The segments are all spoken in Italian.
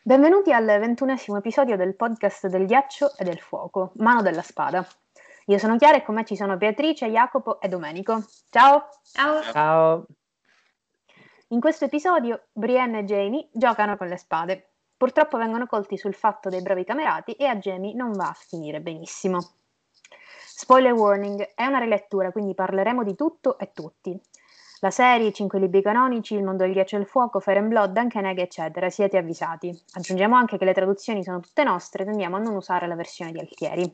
Benvenuti al 21esimo episodio del podcast del ghiaccio e del fuoco, Mano della spada. Io sono Chiara e con me ci sono Beatrice, Jacopo e Domenico. Ciao! Ciao. Ciao. In questo episodio Brienne e Jaime giocano con le spade. Purtroppo vengono colti sul fatto dei bravi camerati e a Jaime non va a finire benissimo. Spoiler warning, è una rilettura, quindi parleremo di tutto e tutti. La serie, i 5 libri canonici, il mondo del ghiaccio e il fuoco, Fire and Blood, Ankeneg, eccetera, siete avvisati. Aggiungiamo anche che le traduzioni sono tutte nostre, tendiamo a non usare la versione di Altieri.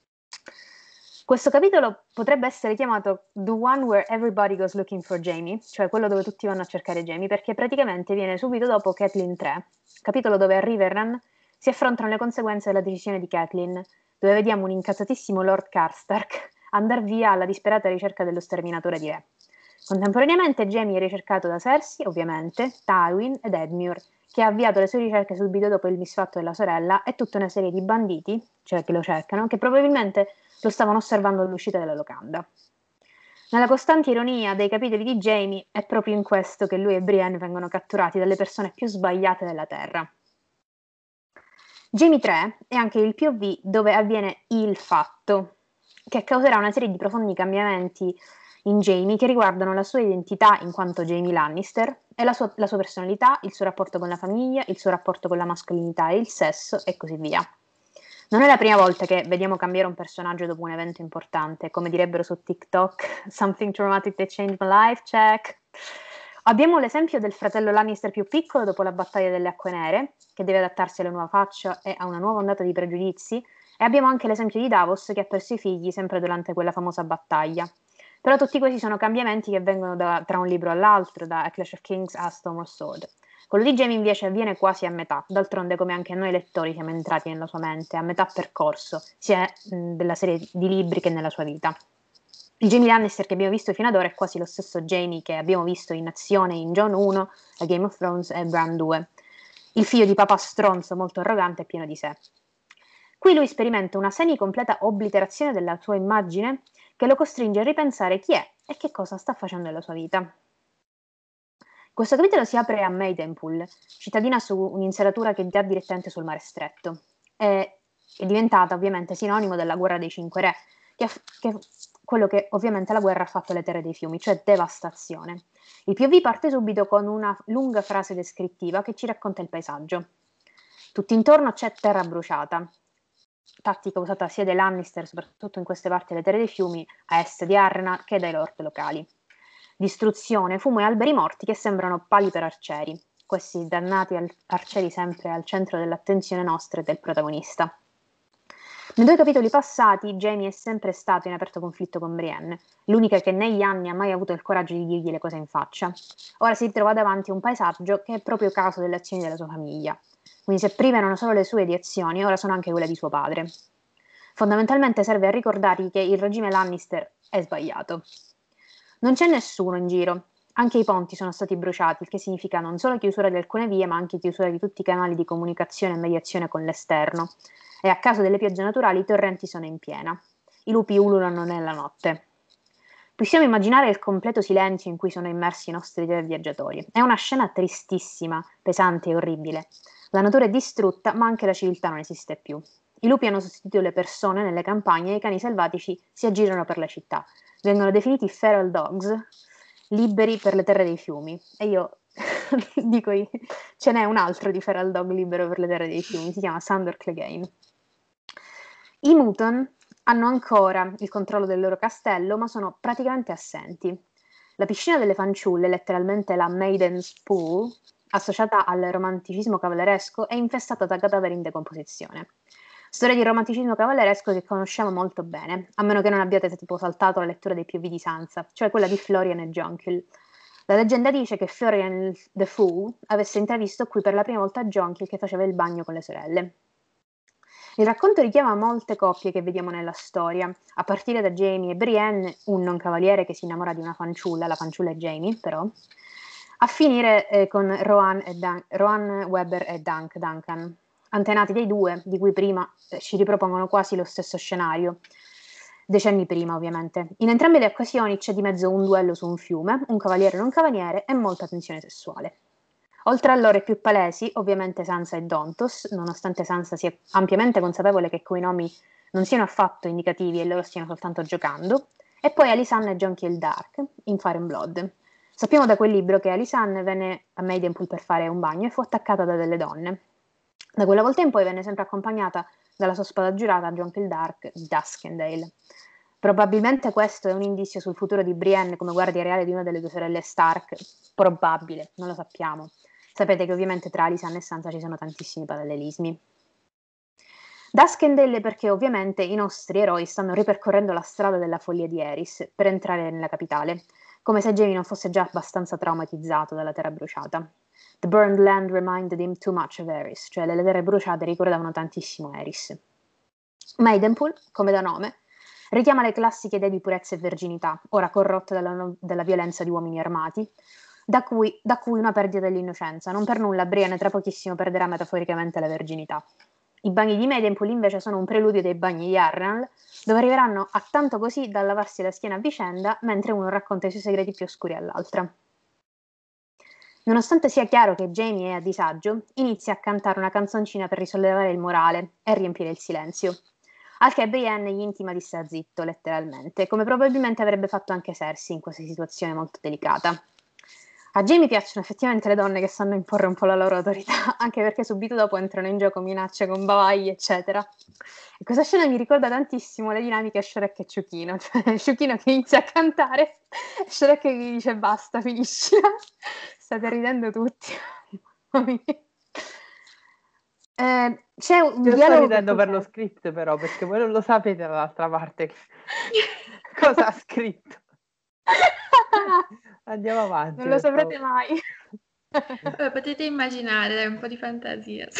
Questo capitolo potrebbe essere chiamato The One Where Everybody Goes Looking for Jaime, cioè quello dove tutti vanno a cercare Jaime, perché praticamente viene subito dopo Catelyn 3, capitolo dove a Riverrun si affrontano le conseguenze della decisione di Catelyn, dove vediamo un incazzatissimo Lord Karstark andare via alla disperata ricerca dello sterminatore di re. Contemporaneamente Jaime è ricercato da Cersei, ovviamente, Tywin ed Edmure, che ha avviato le sue ricerche subito dopo il misfatto della sorella, e tutta una serie di banditi, cioè che lo cercano, che probabilmente lo stavano osservando all'uscita della locanda. Nella costante ironia dei capitoli di Jaime è proprio in questo che lui e Brienne vengono catturati dalle persone più sbagliate della Terra. Jaime 3 è anche il POV dove avviene il fatto, che causerà una serie di profondi cambiamenti in Jaime che riguardano la sua identità in quanto Jaime Lannister e la sua personalità, il suo rapporto con la famiglia, il suo rapporto con la mascolinità e il sesso e così via. Non è la prima volta che vediamo cambiare un personaggio dopo un evento importante, come direbbero su TikTok, something traumatic that changed my life, check. Abbiamo l'esempio del fratello Lannister più piccolo dopo la battaglia delle Acque Nere, che deve adattarsi alla nuova faccia e a una nuova ondata di pregiudizi, e abbiamo anche l'esempio di Davos che ha perso i figli sempre durante quella famosa battaglia. Però tutti questi sono cambiamenti che avvengono tra un libro all'altro, da A Clash of Kings a Storm of Sword. Quello di Jaime invece avviene quasi a metà, d'altronde come anche noi lettori siamo entrati nella sua mente, a metà percorso, sia della serie di libri che nella sua vita. Il Jaime Lannister che abbiamo visto fino ad ora è quasi lo stesso Jaime che abbiamo visto in azione in Jon 1, a Game of Thrones e Bran 2. Il figlio di papà stronzo, molto arrogante e pieno di sé. Qui lui sperimenta una semi-completa obliterazione della sua immagine che lo costringe a ripensare chi è e che cosa sta facendo nella sua vita. Questo capitolo si apre a Maidenpool, cittadina su un'insalatura che dà direttamente sul mare stretto. È diventata ovviamente sinonimo della guerra dei Cinque Re, che quello che ovviamente la guerra ha fatto alle terre dei fiumi, cioè devastazione. Il POV parte subito con una lunga frase descrittiva che ci racconta il paesaggio. Tutt'intorno c'è terra bruciata, tattica usata sia dai Lannister, soprattutto in queste parti delle terre dei fiumi, a est di Arrena, che dai lord locali. Distruzione, fumo e alberi morti che sembrano pali per arcieri, questi dannati arcieri sempre al centro dell'attenzione nostra e del protagonista. Nei 2 capitoli passati Jaime è sempre stato in aperto conflitto con Brienne, l'unica che negli anni ha mai avuto il coraggio di dirgli le cose in faccia. Ora si trova davanti a un paesaggio che è proprio causa delle azioni della sua famiglia. Quindi se prima erano solo le sue di azioni, ora sono anche quelle di suo padre. Fondamentalmente serve a ricordargli che il regime Lannister è sbagliato. Non c'è nessuno in giro, anche i ponti sono stati bruciati, il che significa non solo chiusura di alcune vie, ma anche chiusura di tutti i canali di comunicazione e mediazione con l'esterno. E a causa delle piogge naturali i torrenti sono in piena. I lupi ululano nella notte. Possiamo immaginare il completo silenzio in cui sono immersi i nostri 3 viaggiatori. È una scena tristissima, pesante e orribile. La natura è distrutta, ma anche la civiltà non esiste più. I lupi hanno sostituito le persone nelle campagne e i cani selvatici si aggirano per la città. Vengono definiti feral dogs, liberi per le terre dei fiumi. E io dico, ce n'è un altro di feral dog libero per le terre dei fiumi, si chiama Sandor Clegane. I Muton hanno ancora il controllo del loro castello, ma sono praticamente assenti. La piscina delle fanciulle, letteralmente la Maiden's Pool, associata al romanticismo cavalleresco, è infestata da cadaveri in decomposizione. Storia di romanticismo cavalleresco che conosciamo molto bene, a meno che non abbiate tipo saltato la lettura dei POV di Sansa, cioè quella di Florian e Jonquil. La leggenda dice che Florian the Fool avesse intravisto qui per la prima volta Jonquil che faceva il bagno con le sorelle. Il racconto richiama molte coppie che vediamo nella storia, a partire da Jaime e Brienne, un non cavaliere che si innamora di una fanciulla, la fanciulla è Jaime però, a finire con Rohan Webber e Duncan, antenati dei due, di cui prima ci ripropongono quasi lo stesso scenario, decenni prima ovviamente. In entrambe le occasioni c'è di mezzo un duello su un fiume, un cavaliere e un cavaliere e molta tensione sessuale. Oltre a loro i più palesi, ovviamente Sansa e Dontos, nonostante Sansa sia ampiamente consapevole che quei nomi non siano affatto indicativi e loro stiano soltanto giocando, e poi Alysanne e Jon Dark in Fire and Blood. Sappiamo da quel libro che Alysanne venne a Maidenpool per fare un bagno e fu attaccata da delle donne. Da quella volta in poi venne sempre accompagnata dalla sua spada giurata Jon Dark di Duskendale. Probabilmente questo è un indizio sul futuro di Brienne come guardia reale di una delle due sorelle Stark. Probabile, non lo sappiamo. Sapete che ovviamente tra Alysanne e Sansa ci sono tantissimi parallelismi. Duskendale perché ovviamente i nostri eroi stanno ripercorrendo la strada della follia di Eris per entrare nella capitale, come se Jaime non fosse già abbastanza traumatizzato dalla terra bruciata. The burned land reminded him too much of Eris, cioè le terre bruciate ricordavano tantissimo Eris. Maidenpool, come da nome, richiama le classiche idee di purezza e verginità, ora corrotte dalla violenza di uomini armati, da cui una perdita dell'innocenza. Non per nulla Brienne tra pochissimo perderà metaforicamente la verginità. I bagni di Maidenpool invece sono un preludio dei bagni di Harrenhal, dove arriveranno a tanto così da lavarsi la schiena a vicenda, mentre uno racconta i suoi segreti più oscuri all'altra. Nonostante sia chiaro che Jaime è a disagio, inizia a cantare una canzoncina per risollevare il morale e riempire il silenzio. Al che Brienne gli intima di stare zitto, letteralmente, come probabilmente avrebbe fatto anche Cersei in questa situazione molto delicata. A Jaime piacciono effettivamente le donne che sanno imporre un po' la loro autorità, anche perché subito dopo entrano in gioco minacce con bavagli, eccetera. E questa scena mi ricorda tantissimo le dinamiche Shrek e Ciuchino, cioè Ciuchino che inizia a cantare e Shrek che gli dice basta, finiscila. State ridendo tutti. C'è un Io sto dialogo ridendo per lo script però, perché voi non lo sapete dall'altra parte cosa ha scritto. Andiamo avanti. Non lo saprete mai. Vabbè, potete immaginare, dai, un po' di fantasia.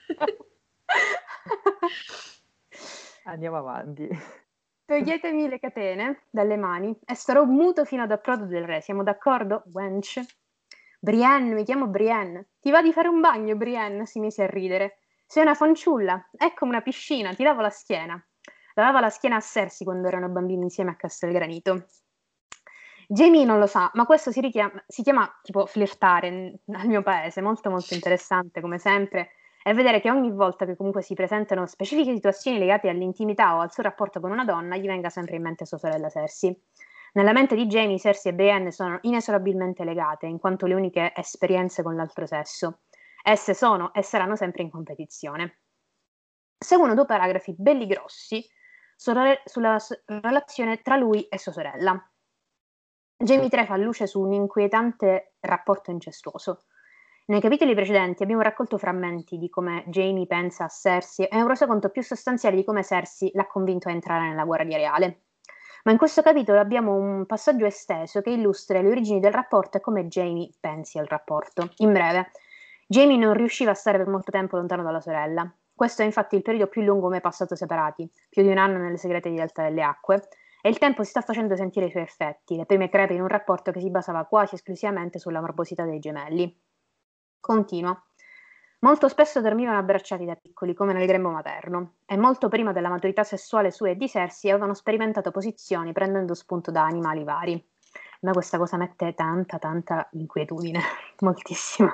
Andiamo avanti. Toglietemi le catene dalle mani e starò muto fino ad approdo del re. Siamo d'accordo, wench? Brienne, mi chiamo Brienne. Ti va di fare un bagno, Brienne? Si mise a ridere. Sei una fanciulla, è come una piscina, ti lavo la schiena. Lavava la schiena a Cersei quando erano bambini insieme a Castelgranito. Jamie non lo sa, ma questo si chiama tipo flirtare al mio paese, molto molto interessante come sempre, e vedere che ogni volta che comunque si presentano specifiche situazioni legate all'intimità o al suo rapporto con una donna, gli venga sempre in mente sua sorella Cersei. Nella mente di Jamie, Cersei e Brienne sono inesorabilmente legate, in quanto le uniche esperienze con l'altro sesso. Esse sono e saranno sempre in competizione. Seguono due paragrafi belli grossi sulla relazione tra lui e sua sorella. Jamie 3 fa luce su un inquietante rapporto incestuoso. Nei capitoli precedenti abbiamo raccolto frammenti di come Jamie pensa a Cersei e un resoconto più sostanziale di come Cersei l'ha convinto a entrare nella guardia reale. Ma in questo capitolo abbiamo un passaggio esteso che illustra le origini del rapporto e come Jamie pensi al rapporto. In breve, Jamie non riusciva a stare per molto tempo lontano dalla sorella. Questo è infatti il periodo più lungo mai passato separati, più di un anno nelle segrete di Delta delle Acque, e il tempo si sta facendo sentire i suoi effetti, le prime crepe in un rapporto che si basava quasi esclusivamente sulla morbosità dei gemelli. Continua. Molto spesso dormivano abbracciati da piccoli, come nel grembo materno, e molto prima della maturità sessuale sua e di Cersei avevano sperimentato posizioni prendendo spunto da animali vari. A me questa cosa mette tanta inquietudine, moltissima.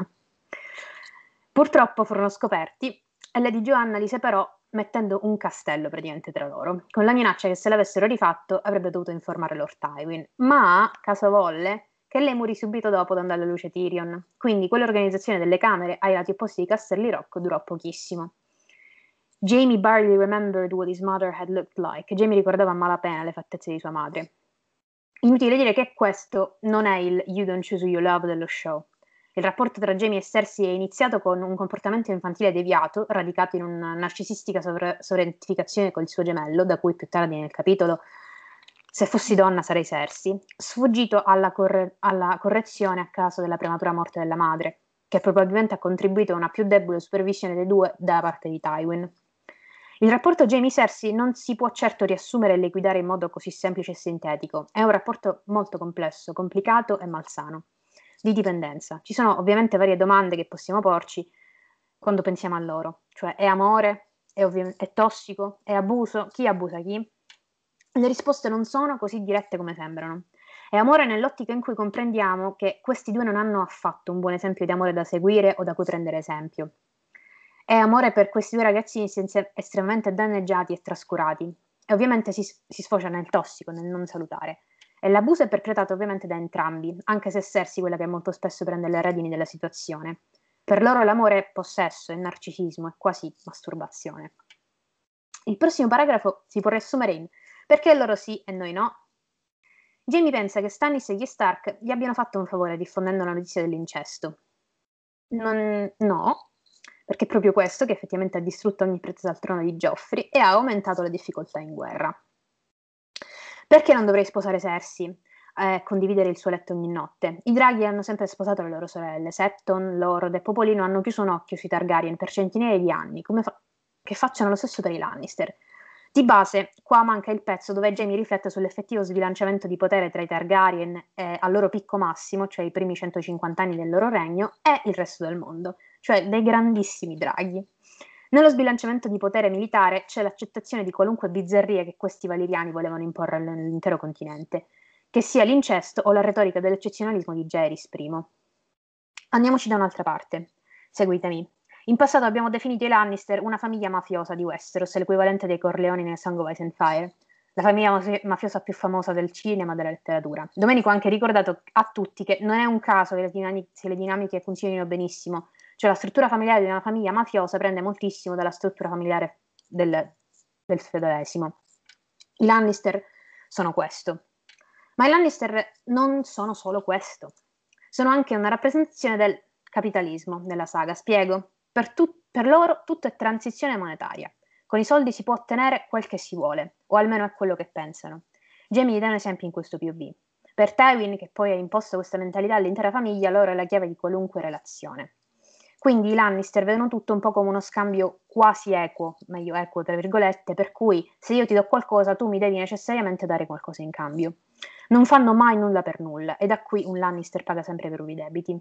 Purtroppo furono scoperti e Lady Joanna li separò mettendo un castello praticamente tra loro, con la minaccia che se l'avessero rifatto avrebbe dovuto informare Lord Tywin, ma caso volle che lei morì subito dopo dando alla luce Tyrion, quindi quell'organizzazione delle camere ai lati opposti di Casterly Rock durò pochissimo. Jamie barely remembered what his mother had looked like. Jamie ricordava a malapena le fattezze di sua madre. Inutile dire che questo non è il You Don't Choose Who You Love dello show. Il rapporto tra Jamie e Cersei è iniziato con un comportamento infantile deviato, radicato in una narcisistica sovraidentificazione col suo gemello, da cui più tardi nel capitolo se fossi donna sarei Cersei, sfuggito alla correzione a causa della prematura morte della madre, che probabilmente ha contribuito a una più debole supervisione dei due da parte di Tywin. Il rapporto Jamie-Cersei non si può certo riassumere e liquidare in modo così semplice e sintetico. È un rapporto molto complesso, complicato e malsano, di dipendenza. Ci sono ovviamente varie domande che possiamo porci quando pensiamo a loro, cioè è amore, è tossico, è abuso, chi abusa chi? Le risposte non sono così dirette come sembrano. È amore nell'ottica in cui comprendiamo che questi due non hanno affatto un buon esempio di amore da seguire o da cui prendere esempio. È amore per questi due ragazzini estremamente danneggiati e trascurati. E ovviamente si sfocia nel tossico, nel non salutare. E l'abuso è perpetrato ovviamente da entrambi, anche se Cersei è quella che molto spesso prende le redini della situazione. Per loro l'amore è possesso, è narcisismo, è quasi masturbazione. Il prossimo paragrafo si può riassumere in perché loro sì e noi no? Jamie pensa che Stannis e gli Stark gli abbiano fatto un favore diffondendo la notizia dell'incesto. No, perché è proprio questo che effettivamente ha distrutto ogni pretesa al trono di Joffrey e ha aumentato le difficoltà in guerra. Perché non dovrei sposare Cersei e condividere il suo letto ogni notte? I draghi hanno sempre sposato le loro sorelle, Setton, Lord e Popolino hanno chiuso un occhio sui Targaryen per centinaia di anni, che facciano lo stesso per i Lannister. Di base, qua manca il pezzo dove Jaime riflette sull'effettivo sbilanciamento di potere tra i Targaryen al loro picco massimo, cioè i primi 150 anni del loro regno, e il resto del mondo, cioè dei grandissimi draghi. Nello sbilanciamento di potere militare c'è l'accettazione di qualunque bizzarria che questi valeriani volevano imporre all'intero continente, che sia l'incesto o la retorica dell'eccezionalismo di Jaehaerys I. Andiamoci da un'altra parte. Seguitemi. In passato abbiamo definito i Lannister una famiglia mafiosa di Westeros, l'equivalente dei Corleoni nel Song of Ice and Fire, la famiglia mafiosa più famosa del cinema e della letteratura. Domenico ha anche ricordato a tutti che non è un caso che le dinamiche funzionino benissimo, cioè la struttura familiare di una famiglia mafiosa prende moltissimo dalla struttura familiare del feudalesimo. I Lannister sono questo. Ma i Lannister non sono solo questo. Sono anche una rappresentazione del capitalismo nella saga. Spiego. Per loro tutto è transizione monetaria. Con i soldi si può ottenere quel che si vuole, o almeno è quello che pensano. Jamie gli dà un esempio in questo POV. Per Tywin, che poi ha imposto questa mentalità all'intera famiglia, loro è la chiave di qualunque relazione. Quindi i Lannister vedono tutto un po' come uno scambio quasi equo, meglio equo tra virgolette, per cui se io ti do qualcosa tu mi devi necessariamente dare qualcosa in cambio. Non fanno mai nulla per nulla e da qui un Lannister paga sempre per i debiti.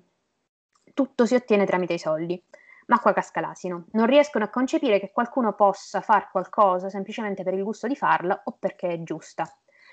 Tutto si ottiene tramite i soldi. Ma qua casca l'asino. Non riescono a concepire che qualcuno possa far qualcosa semplicemente per il gusto di farla o perché è giusta.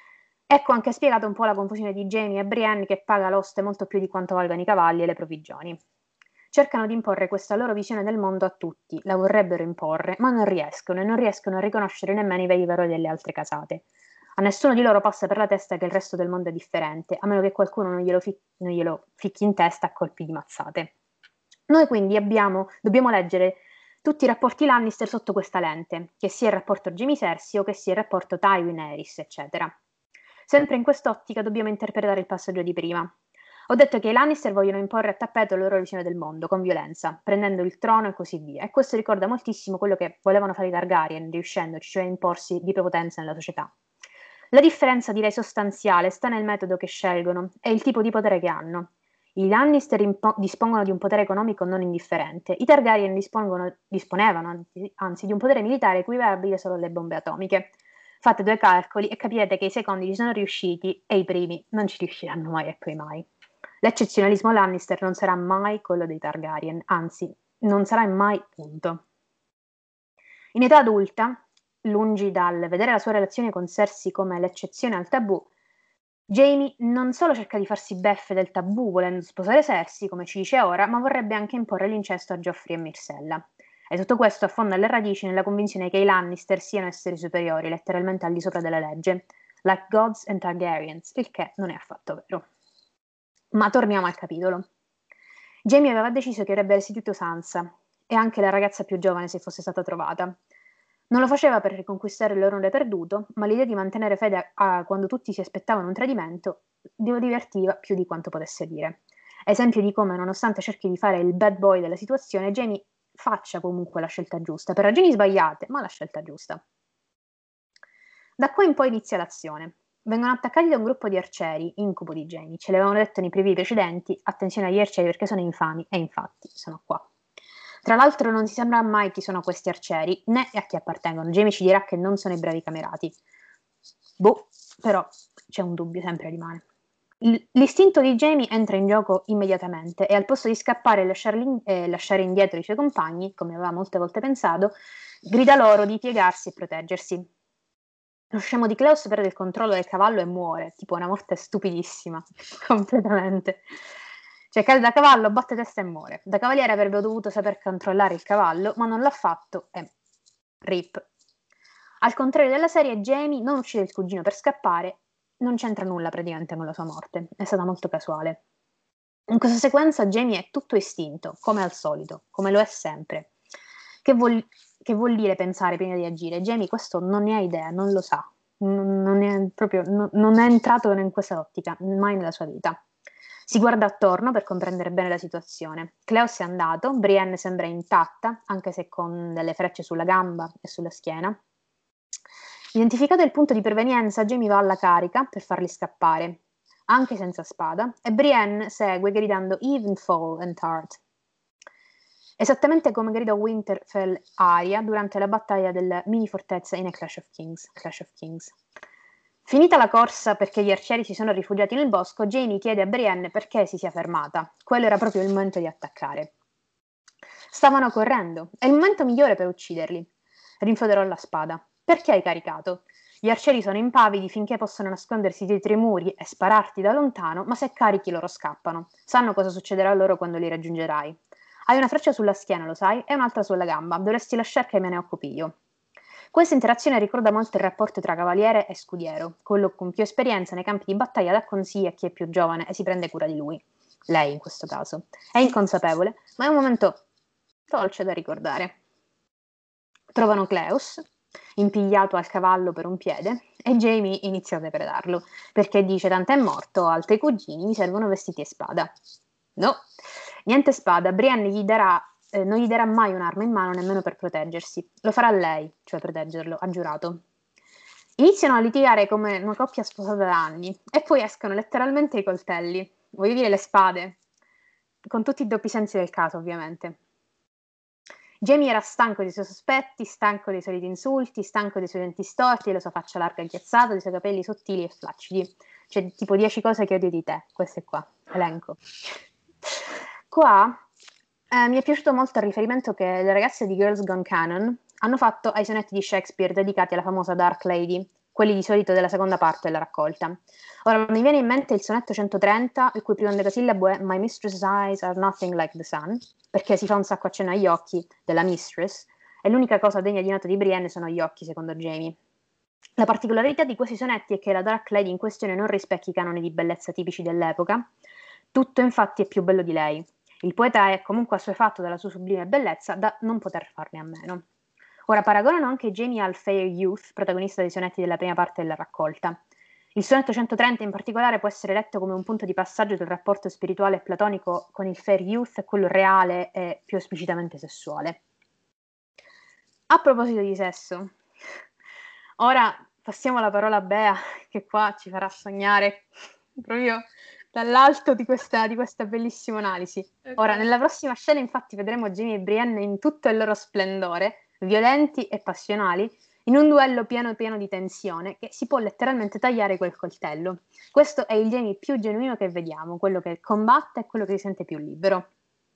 Ecco anche spiegato un po' la confusione di Jaime e Brienne che paga l'oste molto più di quanto valgano i cavalli e le provvigioni. Cercano di imporre questa loro visione del mondo a tutti, la vorrebbero imporre, ma non riescono e non riescono a riconoscere nemmeno i veri valori delle altre casate. A nessuno di loro passa per la testa che il resto del mondo è differente, a meno che qualcuno non glielo ficchi in testa a colpi di mazzate. Noi quindi dobbiamo leggere tutti i rapporti Lannister sotto questa lente, che sia il rapporto Jaime-Cersei o che sia il rapporto Tywin-Aerys, eccetera. Sempre in quest'ottica dobbiamo interpretare il passaggio di prima. Ho detto che i Lannister vogliono imporre a tappeto la loro visione del mondo, con violenza, prendendo il trono e così via. E questo ricorda moltissimo quello che volevano fare i Targaryen, riuscendoci, cioè imporsi di prepotenza nella società. La differenza, direi sostanziale, sta nel metodo che scelgono e il tipo di potere che hanno. I Lannister dispongono di un potere economico non indifferente. I Targaryen disponevano, anzi, di un potere militare equivalente solo alle bombe atomiche. Fate due calcoli e capirete che i secondi ci sono riusciti e i primi non ci riusciranno mai e poi mai. L'eccezionalismo Lannister non sarà mai quello dei Targaryen, anzi, non sarà mai punto. In età adulta, lungi dal vedere la sua relazione con Cersei come l'eccezione al tabù, Jaime non solo cerca di farsi beffe del tabù volendo sposare Cersei, come ci dice ora, ma vorrebbe anche imporre l'incesto a Joffrey e Myrcella. E tutto questo affonda le radici nella convinzione che i Lannister siano esseri superiori, letteralmente al di sopra della legge, like gods and Targaryens, il che non è affatto vero. Ma torniamo al capitolo. Jaime aveva deciso che avrebbe restituito Sansa, e anche la ragazza più giovane se fosse stata trovata. Non lo faceva per riconquistare l'onore perduto, ma l'idea di mantenere fede a quando tutti si aspettavano un tradimento lo divertiva più di quanto potesse dire. Esempio di come, nonostante cerchi di fare il bad boy della situazione, Jaime faccia comunque la scelta giusta, per ragioni sbagliate, ma la scelta giusta. Da qua in poi inizia l'azione. Vengono attaccati da un gruppo di arcieri, incubo di Jaime, ce l'avevano detto nei preview precedenti, attenzione agli arcieri perché sono infami, e infatti sono qua. Tra l'altro non si saprà mai chi sono questi arcieri, né a chi appartengono. Jaime ci dirà che non sono i bravi camerati. Boh, però c'è un dubbio, sempre rimane. L'istinto di Jaime entra in gioco immediatamente e al posto di scappare e lasciare indietro i suoi compagni, come aveva molte volte pensato, grida loro di piegarsi e proteggersi. Lo scemo di Klaus perde il controllo del cavallo e muore, tipo una morte stupidissima, completamente. Cioè cade da cavallo, batte testa e muore. Da cavaliere avrebbe dovuto saper controllare il cavallo, ma non l'ha fatto e rip. Al contrario della serie, Jamie non uccide il cugino per scappare, non c'entra nulla praticamente con la sua morte, è stata molto casuale. In questa sequenza Jamie è tutto istinto, come al solito, come lo è sempre. Che vuol dire pensare prima di agire? Jamie questo non ne ha idea, non lo sa, non è entrato in questa ottica, mai nella sua vita. Si guarda attorno per comprendere bene la situazione. Cleos è andato, Brienne sembra intatta, anche se con delle frecce sulla gamba e sulla schiena. Identificato il punto di provenienza, Jamie va alla carica per farli scappare, anche senza spada, e Brienne segue gridando Evenfall and Tart. Esattamente come gridò Winterfell Arya durante la battaglia della mini fortezza in A Clash of Kings. Finita la corsa perché gli arcieri si sono rifugiati nel bosco, Jamie chiede a Brienne perché si sia fermata. Quello era proprio il momento di attaccare. Stavano correndo, è il momento migliore per ucciderli. Rinfoderò la spada. Perché hai caricato? Gli arcieri sono impavidi finché possono nascondersi dietro i muri e spararti da lontano, ma se carichi loro scappano. Sanno cosa succederà a loro quando li raggiungerai. Hai una freccia sulla schiena, lo sai, e un'altra sulla gamba. Dovresti lasciare che me ne occupi io. Questa interazione ricorda molto il rapporto tra cavaliere e scudiero. Quello con più esperienza nei campi di battaglia dà consigli a chi è più giovane e si prende cura di lui. Lei, in questo caso. È inconsapevole, ma è un momento dolce da ricordare. Trovano Cleus, impigliato al cavallo per un piede, e Jamie inizia a depredarlo, perché dice tanto è morto, altri cugini mi servono vestiti e spada. No, niente spada, Brienne non gli darà mai un'arma in mano nemmeno per proteggersi, lo farà lei, cioè proteggerlo, ha giurato. Iniziano a litigare come una coppia sposata da anni, e poi escono letteralmente i coltelli, voglio dire le spade, con tutti i doppi sensi del caso ovviamente. Jamie era stanco dei suoi sospetti, stanco dei soliti insulti, stanco dei suoi denti storti, della sua faccia larga e ghiazzata, dei suoi capelli sottili e flaccidi. Cioè, tipo 10 cose che odio di te, queste qua, elenco. Qua mi è piaciuto molto il riferimento che le ragazze di Girls Gone Canon hanno fatto ai sonetti di Shakespeare dedicati alla famosa Dark Lady, quelli di solito della seconda parte della raccolta. Ora mi viene in mente il sonetto 130, il cui primo endecasillabo è My mistress's eyes are nothing like the sun, perché si fa un sacco accenno agli occhi della mistress, e l'unica cosa degna di nota di Brienne sono gli occhi, secondo Jamie. La particolarità di questi sonetti è che la Dark Lady in questione non rispecchia i canoni di bellezza tipici dell'epoca, tutto infatti è più bello di lei. Il poeta è comunque assuefatto dalla sua sublime bellezza da non poter farne a meno. Ora paragonano anche Jamie al Fair Youth, protagonista dei sonetti della prima parte della raccolta. Il sonetto 130 in particolare può essere letto come un punto di passaggio del rapporto spirituale e platonico con il Fair Youth e quello reale e più esplicitamente sessuale. A proposito di sesso, ora passiamo la parola a Bea, che qua ci farà sognare proprio dall'alto di questa bellissima analisi. Okay. Ora, nella prossima scena, infatti, vedremo Jamie e Brienne in tutto il loro splendore, violenti e passionali, in un duello pieno di tensione, che si può letteralmente tagliare quel coltello. Questo è il Jamie più genuino che vediamo, quello che combatte e quello che si sente più libero.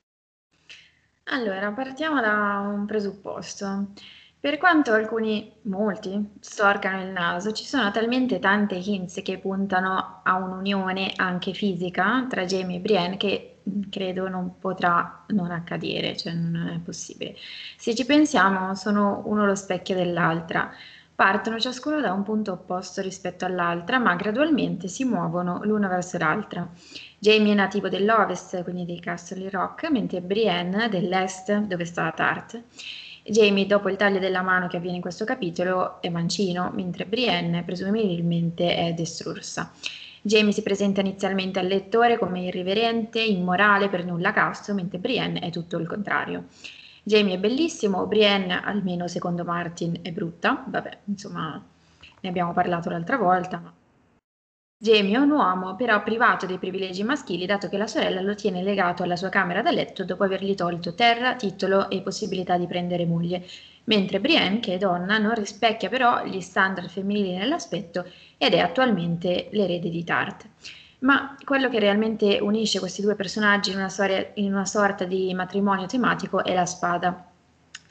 Allora, partiamo da un presupposto. Per quanto molti, storcano il naso, ci sono talmente tante hints che puntano a un'unione anche fisica tra Jamie e Brienne che credo non potrà non accadere, cioè non è possibile. Se ci pensiamo, sono uno lo specchio dell'altra. Partono ciascuno da un punto opposto rispetto all'altra, ma gradualmente si muovono l'una verso l'altra. Jamie è nativo dell'ovest, quindi di Castle Rock, mentre Brienne dell'est, dove sta Tart. Jamie, dopo il taglio della mano che avviene in questo capitolo, è mancino, mentre Brienne presumibilmente è destrorsa. Jamie si presenta inizialmente al lettore come irriverente, immorale, per nulla casto, mentre Brienne è tutto il contrario. Jamie è bellissimo, Brienne, almeno secondo Martin, è brutta. Vabbè, insomma, ne abbiamo parlato l'altra volta, ma Jamie è un uomo, però privato dei privilegi maschili, dato che la sorella lo tiene legato alla sua camera da letto dopo avergli tolto terra, titolo e possibilità di prendere moglie, mentre Brienne, che è donna, non rispecchia però gli standard femminili nell'aspetto ed è attualmente l'erede di Tart. Ma quello che realmente unisce questi due personaggi in una sorta di matrimonio tematico è la spada.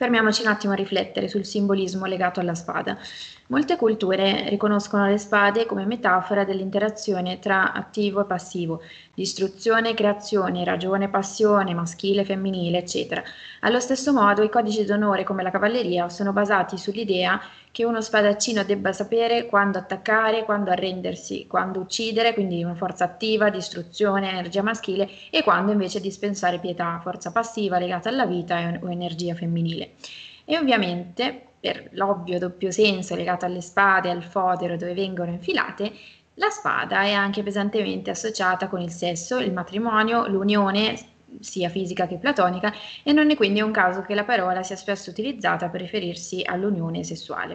Fermiamoci un attimo a riflettere sul simbolismo legato alla spada. Molte culture riconoscono le spade come metafora dell'interazione tra attivo e passivo, distruzione, creazione, ragione, passione, maschile, femminile, eccetera. Allo stesso modo, i codici d'onore come la cavalleria sono basati sull'idea che uno spadaccino debba sapere quando attaccare, quando arrendersi, quando uccidere, quindi una forza attiva, distruzione, energia maschile, e quando invece dispensare pietà, forza passiva legata alla vita o energia femminile. E ovviamente, per l'ovvio doppio senso legato alle spade e al fodero dove vengono infilate, la spada è anche pesantemente associata con il sesso, il matrimonio, l'unione, sia fisica che platonica, e non è quindi un caso che la parola sia spesso utilizzata per riferirsi all'unione sessuale.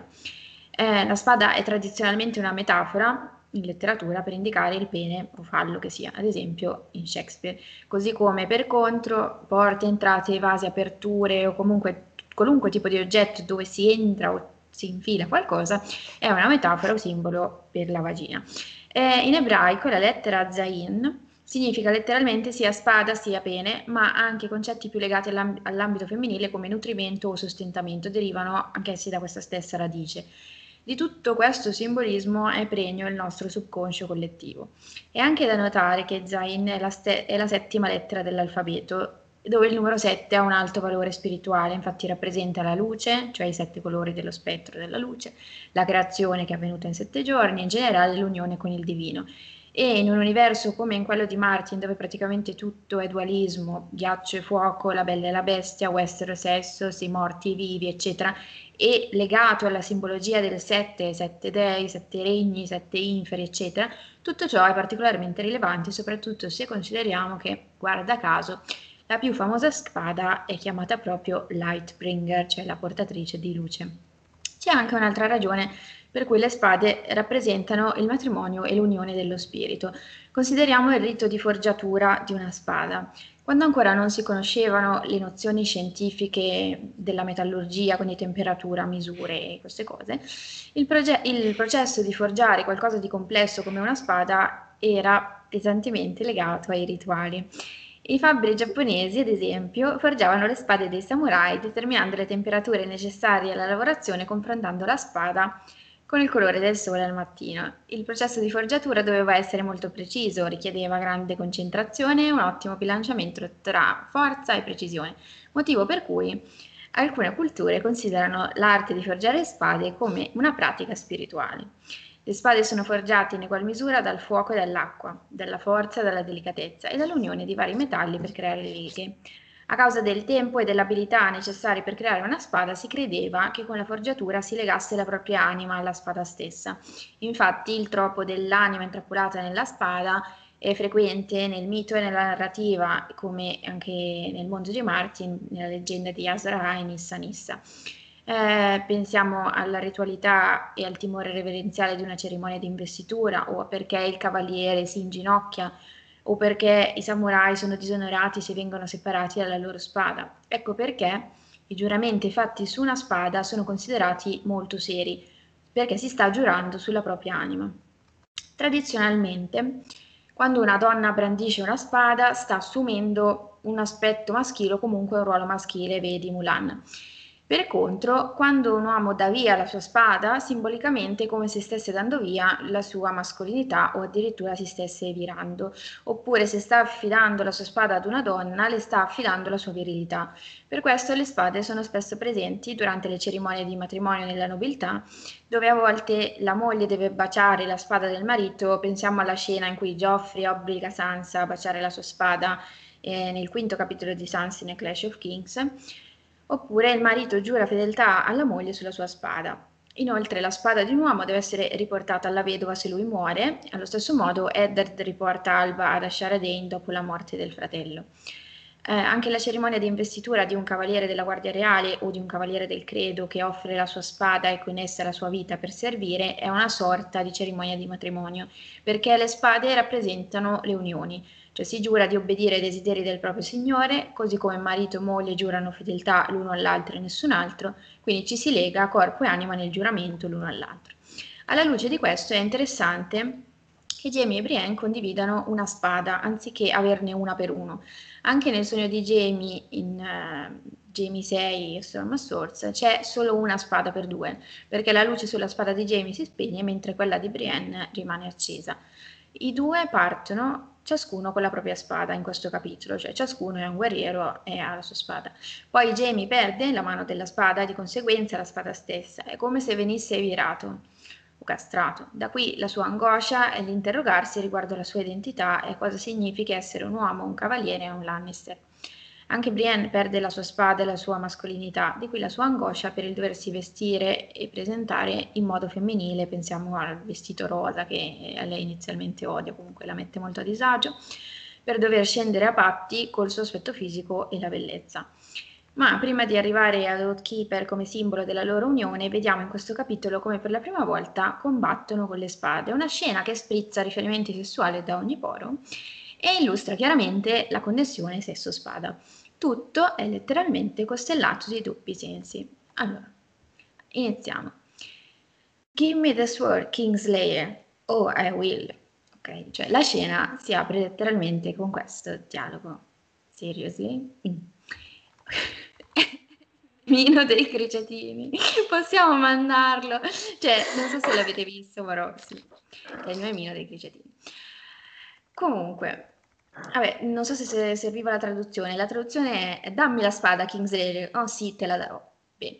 La spada è tradizionalmente una metafora in letteratura per indicare il pene o fallo che sia, ad esempio in Shakespeare, così come per contro porte, entrate, vasi, aperture o comunque qualunque tipo di oggetto dove si entra o si infila qualcosa è una metafora o simbolo per la vagina. In ebraico la lettera Zain significa letteralmente sia spada sia pene, ma anche concetti più legati all'ambito femminile come nutrimento o sostentamento derivano anch'essi da questa stessa radice. Di tutto questo simbolismo è pregno il nostro subconscio collettivo. È anche da notare che Zain è la settima lettera dell'alfabeto, dove il numero 7 ha un alto valore spirituale, infatti rappresenta la luce, cioè i 7 colori dello spettro della luce, la creazione che è avvenuta in 7 giorni, in generale l'unione con il divino. E in un universo come in quello di Martin, dove praticamente tutto è dualismo, ghiaccio e fuoco, la bella e la bestia, western e sesso, i morti e i vivi, eccetera, e legato alla simbologia del 7, 7 dei, 7 regni, 7 inferi, eccetera, tutto ciò è particolarmente rilevante, soprattutto se consideriamo che, guarda caso, la più famosa spada è chiamata proprio Lightbringer, cioè la portatrice di luce. C'è anche un'altra ragione per cui le spade rappresentano il matrimonio e l'unione dello spirito. Consideriamo il rito di forgiatura di una spada. Quando ancora non si conoscevano le nozioni scientifiche della metallurgia, quindi temperatura, misure e queste cose, il processo di forgiare qualcosa di complesso come una spada era pesantemente legato ai rituali. I fabbri giapponesi, ad esempio, forgiavano le spade dei samurai determinando le temperature necessarie alla lavorazione confrontando la spada con il colore del sole al mattino. Il processo di forgiatura doveva essere molto preciso, richiedeva grande concentrazione e un ottimo bilanciamento tra forza e precisione, motivo per cui alcune culture considerano l'arte di forgiare spade come una pratica spirituale. Le spade sono forgiate in egual misura dal fuoco e dall'acqua, dalla forza e dalla delicatezza e dall'unione di vari metalli per creare le righe. A causa del tempo e dell'abilità necessari per creare una spada, si credeva che con la forgiatura si legasse la propria anima alla spada stessa. Infatti, il troppo dell'anima intrappolata nella spada è frequente nel mito e nella narrativa, come anche nel mondo di Martin, nella leggenda di Asra e Nissa Nissa. Pensiamo alla ritualità e al timore reverenziale di una cerimonia di investitura, o perché il cavaliere si inginocchia, o perché i samurai sono disonorati se vengono separati dalla loro spada. Ecco perché i giuramenti fatti su una spada sono considerati molto seri, perché si sta giurando sulla propria anima. Tradizionalmente, quando una donna brandisce una spada, sta assumendo un aspetto maschile o comunque un ruolo maschile, vedi Mulan. Per contro, quando un uomo dà via la sua spada, simbolicamente è come se stesse dando via la sua mascolinità o addirittura si stesse virando, oppure se sta affidando la sua spada ad una donna, le sta affidando la sua virilità. Per questo le spade sono spesso presenti durante le cerimonie di matrimonio nella nobiltà, dove a volte la moglie deve baciare la spada del marito. Pensiamo alla scena in cui Joffrey obbliga Sansa a baciare la sua spada nel quinto capitolo di Sansa in A Clash of Kings. Oppure il marito giura fedeltà alla moglie sulla sua spada. Inoltre la spada di un uomo deve essere riportata alla vedova se lui muore, allo stesso modo Eddard riporta Alba ad Ashara Dane dopo la morte del fratello. Anche la cerimonia di investitura di un cavaliere della Guardia Reale o di un cavaliere del Credo che offre la sua spada e con essa la sua vita per servire è una sorta di cerimonia di matrimonio, perché le spade rappresentano le unioni, cioè si giura di obbedire ai desideri del proprio signore, così come marito e moglie giurano fedeltà l'uno all'altro e nessun altro, quindi ci si lega corpo e anima nel giuramento l'uno all'altro. Alla luce di questo è interessante che Jamie e Brienne condividano una spada anziché averne una per uno. Anche nel sogno di Jamie in Jamie 6 e Storm of Swords, c'è solo una spada per 2, perché la luce sulla spada di Jamie si spegne mentre quella di Brienne rimane accesa. I due partono ciascuno con la propria spada in questo capitolo, cioè ciascuno è un guerriero e ha la sua spada. Poi Jamie perde la mano della spada e di conseguenza la spada stessa, è come se venisse virato o castrato. Da qui la sua angoscia e l'interrogarsi riguardo alla sua identità e cosa significa essere un uomo, un cavaliere e un Lannister. Anche Brienne perde la sua spada e la sua mascolinità, di qui la sua angoscia per il doversi vestire e presentare in modo femminile, pensiamo al vestito rosa che lei inizialmente odia, comunque la mette molto a disagio, per dover scendere a patti col suo aspetto fisico e la bellezza. Ma prima di arrivare ad Oathkeeper come simbolo della loro unione, vediamo in questo capitolo come per la prima volta combattono con le spade, una scena che sprizza riferimenti sessuali da ogni poro e illustra chiaramente la connessione sesso-spada. Tutto è letteralmente costellato di doppi sensi. Allora, iniziamo. Give me the sword, Kingslayer. Oh, I will. Ok, cioè la scena si apre letteralmente con questo dialogo. Seriously? Mino dei cricetini. Possiamo mandarlo. Cioè, non so se l'avete visto, però sì. È il mio Mino dei cricetini. Comunque, vabbè, non so se serviva la traduzione. La traduzione è dammi la spada, Kingslayer. Oh sì, te la darò. Bene.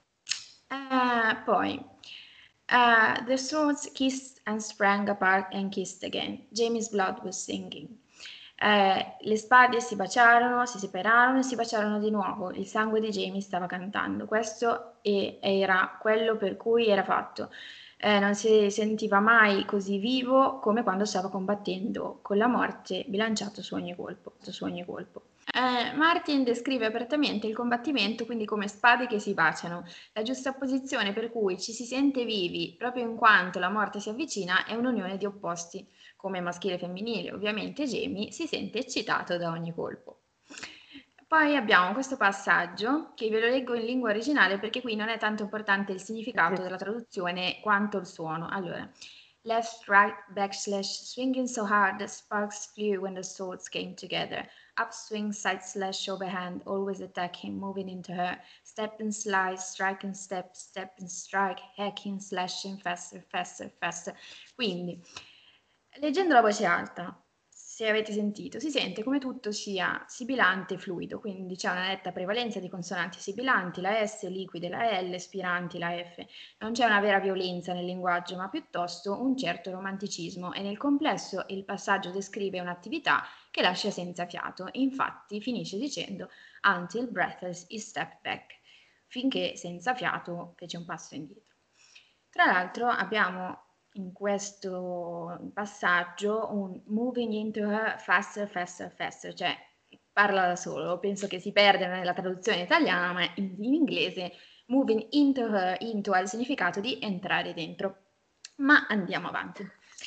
Poi, the swords kissed and sprang apart and kissed again. Jamie's blood was singing. Le spade si baciarono, si separarono e si baciarono di nuovo. Il sangue di Jamie stava cantando. Questo era quello per cui era fatto. Non si sentiva mai così vivo come quando stava combattendo con la morte bilanciato su ogni colpo. Martin descrive apertamente il combattimento quindi come spade che si baciano. La giustapposizione per cui ci si sente vivi proprio in quanto la morte si avvicina è un'unione di opposti. Come maschile e femminile, ovviamente Jamie si sente eccitato da ogni colpo. Poi abbiamo questo passaggio che ve lo leggo in lingua originale perché qui non è tanto importante il significato della traduzione quanto il suono. Allora, left, right, backslash, swinging so hard that sparks flew when the swords came together. Upswing, side slash, overhand, always attacking, moving into her. Step and slide, strike and step and strike, hacking, slashing, faster, faster, faster. Quindi, leggendo la voce alta, se avete sentito, si sente come tutto sia sibilante e fluido, quindi c'è una netta prevalenza di consonanti sibilanti, la S, liquide, la L, spiranti, la F. Non c'è una vera violenza nel linguaggio, ma piuttosto un certo romanticismo e nel complesso il passaggio descrive un'attività che lascia senza fiato. Infatti finisce dicendo until breathless he stepped back, finché senza fiato fece un passo indietro. Tra l'altro abbiamo in questo passaggio un moving into her faster, faster, faster, cioè parla da solo, penso che si perde nella traduzione italiana, ma in inglese moving into her, into ha il significato di entrare dentro. Ma andiamo avanti.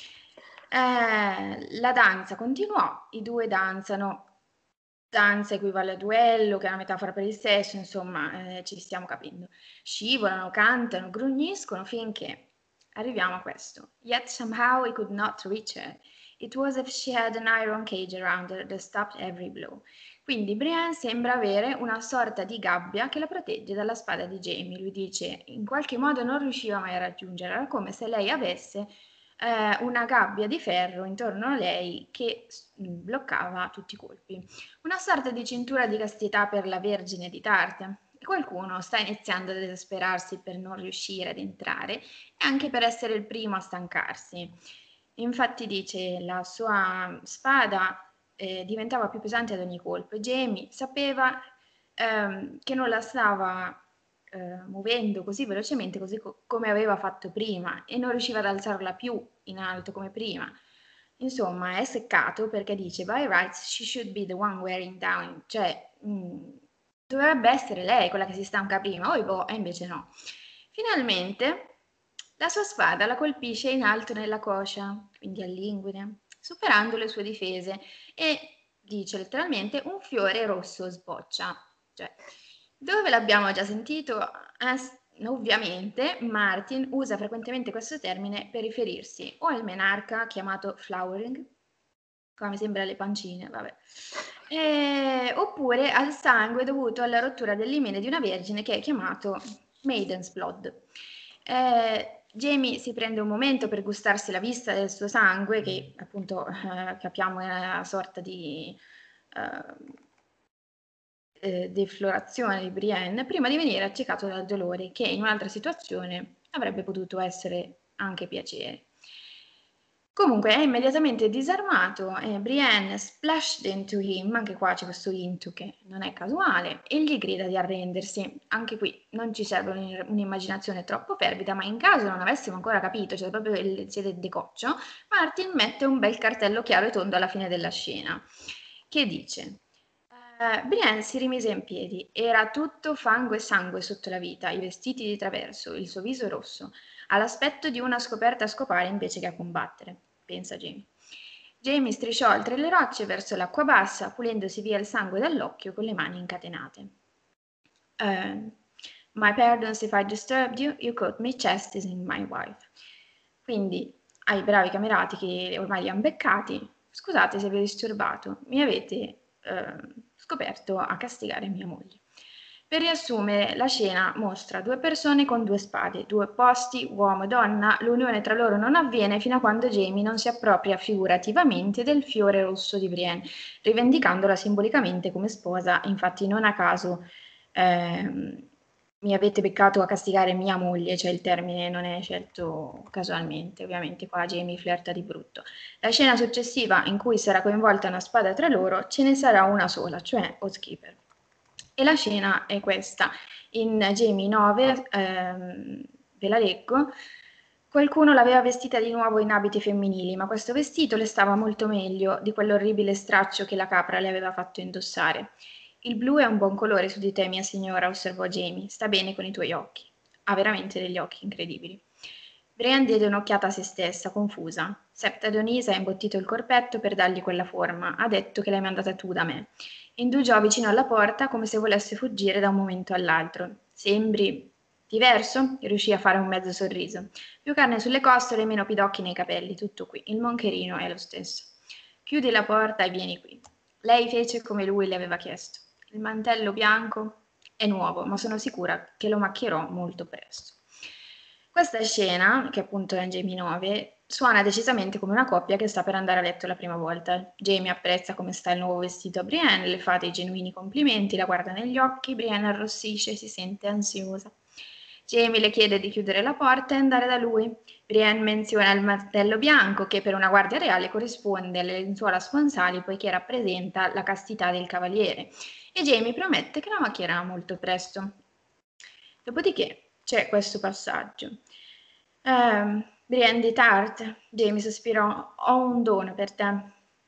La danza continuò, i due danzano, danza equivale a duello, che è una metafora per il sesso, insomma, ci stiamo capendo. Scivolano, cantano, grugniscono finché arriviamo a questo. Yet somehow he could not reach her. It was as if she had an iron cage around her that stopped every blow. Quindi Brienne sembra avere una sorta di gabbia che la protegge dalla spada di Jamie. Lui dice, in qualche modo non riusciva mai a raggiungerla, era come se lei avesse una gabbia di ferro intorno a lei che bloccava tutti i colpi. Una sorta di cintura di castità per la Vergine di Tarta. Qualcuno sta iniziando ad esasperarsi per non riuscire ad entrare e anche per essere il primo a stancarsi. Infatti dice la sua spada diventava più pesante ad ogni colpo e Jamie sapeva che non la stava muovendo così velocemente così come aveva fatto prima e non riusciva ad alzarla più in alto come prima. Insomma, è seccato perché dice by rights she should be the one wearing down, cioè dovrebbe essere lei quella che si stanca prima, e invece no. Finalmente la sua spada la colpisce in alto nella coscia, quindi all'inguine, superando le sue difese e dice letteralmente un fiore rosso sboccia. Cioè, dove l'abbiamo già sentito? Ovviamente Martin usa frequentemente questo termine per riferirsi o al menarca chiamato flowering, come sembra le pancine, vabbè, Oppure al sangue dovuto alla rottura dell'imene di una vergine che è chiamato Maiden's Blood. Jamie si prende un momento per gustarsi la vista del suo sangue, che appunto capiamo è una sorta di deflorazione di Brienne, prima di venire accecato dal dolore, che in un'altra situazione avrebbe potuto essere anche piacere. Comunque è immediatamente disarmato e Brienne splashed into him, anche qua c'è questo into che non è casuale, e gli grida di arrendersi. Anche qui non ci serve un'immaginazione troppo fervida, ma in caso non avessimo ancora capito, cioè proprio siete decoccio, Martin mette un bel cartello chiaro e tondo alla fine della scena, che dice: Brienne si rimise in piedi, era tutto fango e sangue sotto la vita, i vestiti di traverso, il suo viso rosso, all'aspetto di una scoperta a scopare invece che a combattere, pensa Jamie. Jamie strisciò oltre le rocce verso l'acqua bassa, pulendosi via il sangue dall'occhio con le mani incatenate. My pardons if I disturbed you, you caught me chastising my wife. Quindi ai bravi camerati che ormai li hanno beccati, scusate se vi ho disturbato, mi avete scoperto a castigare mia moglie. Per riassumere, la scena mostra due persone con due spade, due opposti, uomo e donna. L'unione tra loro non avviene fino a quando Jamie non si appropria figurativamente del fiore rosso di Brienne, rivendicandola simbolicamente come sposa. Infatti non a caso mi avete beccato a castigare mia moglie, cioè il termine non è scelto casualmente, ovviamente qua Jamie flirta di brutto. La scena successiva in cui sarà coinvolta una spada tra loro, ce ne sarà una sola, cioè Oathkeeper. E la scena è questa. In Jamie 9, ve la leggo, qualcuno l'aveva vestita di nuovo in abiti femminili, ma questo vestito le stava molto meglio di quell'orribile straccio che la capra le aveva fatto indossare. Il blu è un buon colore su di te, mia signora, osservò Jamie. Sta bene con i tuoi occhi. Ha veramente degli occhi incredibili. Brienne diede un'occhiata a se stessa, confusa. Septa Donisa ha imbottito il corpetto per dargli quella forma. Ha detto che l'hai mandata tu da me. Indugiò vicino alla porta come se volesse fuggire da un momento all'altro. Sembri diverso? Riuscì a fare un mezzo sorriso. Più carne sulle costole e meno pidocchi nei capelli, tutto qui. Il moncherino è lo stesso. Chiudi la porta e vieni qui. Lei fece come lui le aveva chiesto. Il mantello bianco è nuovo, ma sono sicura che lo macchierò molto presto. Questa scena, che appunto è in Jamie 9, suona decisamente come una coppia che sta per andare a letto la prima volta. Jamie apprezza come sta il nuovo vestito a Brienne, le fa dei genuini complimenti, la guarda negli occhi, Brienne arrossisce e si sente ansiosa. Jamie le chiede di chiudere la porta e andare da lui. Brienne menziona il mantello bianco che per una guardia reale corrisponde alle lenzuola sponsali poiché rappresenta la castità del cavaliere e Jamie promette che la macchierà molto presto. Dopodiché c'è questo passaggio. Brienne di Tart, Jamie sospirò, ho un dono per te.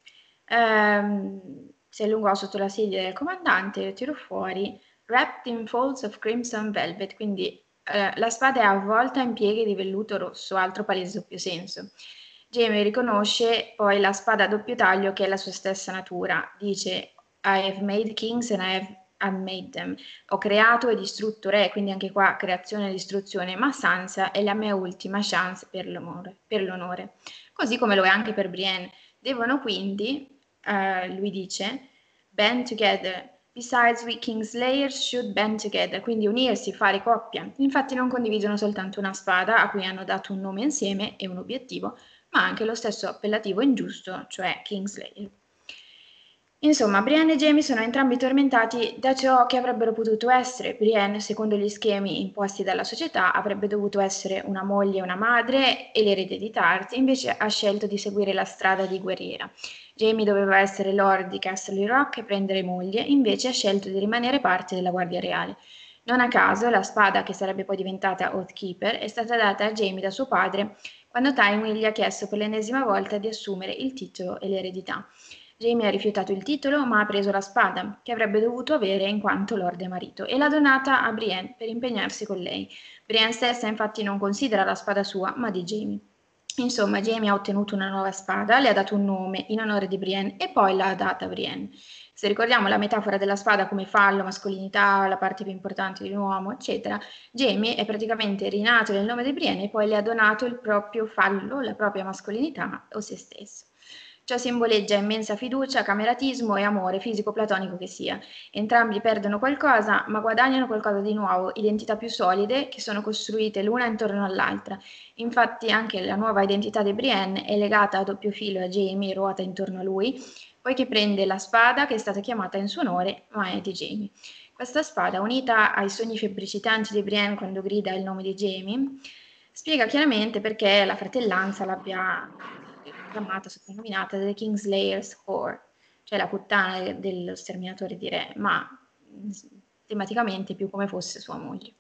Si allungò sotto la sedia del comandante e lo tirò fuori, wrapped in folds of crimson velvet, quindi la spada è avvolta in pieghe di velluto rosso, altro palese doppio senso. Jamie riconosce poi la spada a doppio taglio che è la sua stessa natura. Dice, I have made kings and I have unmade them. Ho creato e distrutto re, quindi anche qua creazione e distruzione, ma Sansa è la mia ultima chance per l'onore. Così come lo è anche per Brienne. Devono quindi, lui dice, band together. Besides, we Kingslayers should band together, quindi unirsi, fare coppia. Infatti non condividono soltanto una spada a cui hanno dato un nome insieme e un obiettivo, ma anche lo stesso appellativo ingiusto, cioè Kingslayer. Insomma, Brienne e Jamie sono entrambi tormentati da ciò che avrebbero potuto essere. Brienne, secondo gli schemi imposti dalla società, avrebbe dovuto essere una moglie e una madre e l'erede di Tart, invece ha scelto di seguire la strada di guerriera. Jamie doveva essere lord di Castle Rock e prendere moglie, invece ha scelto di rimanere parte della Guardia Reale. Non a caso, la spada, che sarebbe poi diventata Oathkeeper, è stata data a Jamie da suo padre quando Tywin gli ha chiesto per l'ennesima volta di assumere il titolo e l'eredità. Jamie ha rifiutato il titolo, ma ha preso la spada, che avrebbe dovuto avere in quanto lord e marito, e l'ha donata a Brienne per impegnarsi con lei. Brienne stessa infatti non considera la spada sua, ma di Jamie. Insomma, Jamie ha ottenuto una nuova spada, le ha dato un nome in onore di Brienne e poi l'ha data a Brienne. Se ricordiamo la metafora della spada come fallo, mascolinità, la parte più importante di un uomo, eccetera, Jamie è praticamente rinato nel nome di Brienne e poi le ha donato il proprio fallo, la propria mascolinità o se stesso. Ciò simboleggia immensa fiducia, cameratismo e amore fisico-platonico che sia. Entrambi perdono qualcosa, ma guadagnano qualcosa di nuovo, identità più solide che sono costruite l'una intorno all'altra. Infatti anche la nuova identità di Brienne è legata a doppio filo a Jaime e ruota intorno a lui, poiché prende la spada che è stata chiamata in suo onore, ma è di Jaime. Questa spada, unita ai sogni febbricitanti di Brienne quando grida il nome di Jaime, spiega chiaramente perché la fratellanza l'abbia chiamata, soprannominata The Kingslayer's Whore, cioè la puttana dello sterminatore di re, ma tematicamente più come fosse sua moglie.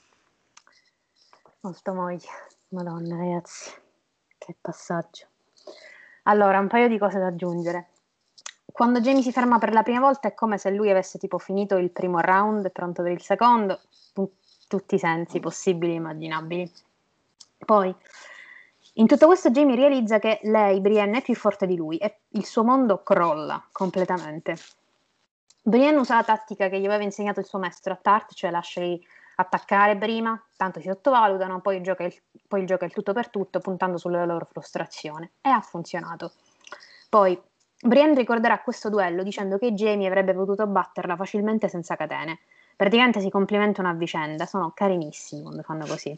Molto moglie, madonna ragazzi, che passaggio. Allora, un paio di cose da aggiungere. Quando Jaime si ferma per la prima volta è come se lui avesse tipo finito il primo round e pronto per il secondo, in tutti i sensi possibili e immaginabili. Poi, in tutto questo Jaime realizza che lei, Brienne, è più forte di lui e il suo mondo crolla completamente. Brienne usa la tattica che gli aveva insegnato il suo maestro a Tart, cioè lasciali attaccare prima, tanto si sottovalutano, poi gioca il tutto per tutto puntando sulla loro frustrazione. E ha funzionato. Poi Brienne ricorderà questo duello dicendo che Jaime avrebbe potuto batterla facilmente senza catene. Praticamente si complimentano a vicenda, sono carinissimi quando fanno così.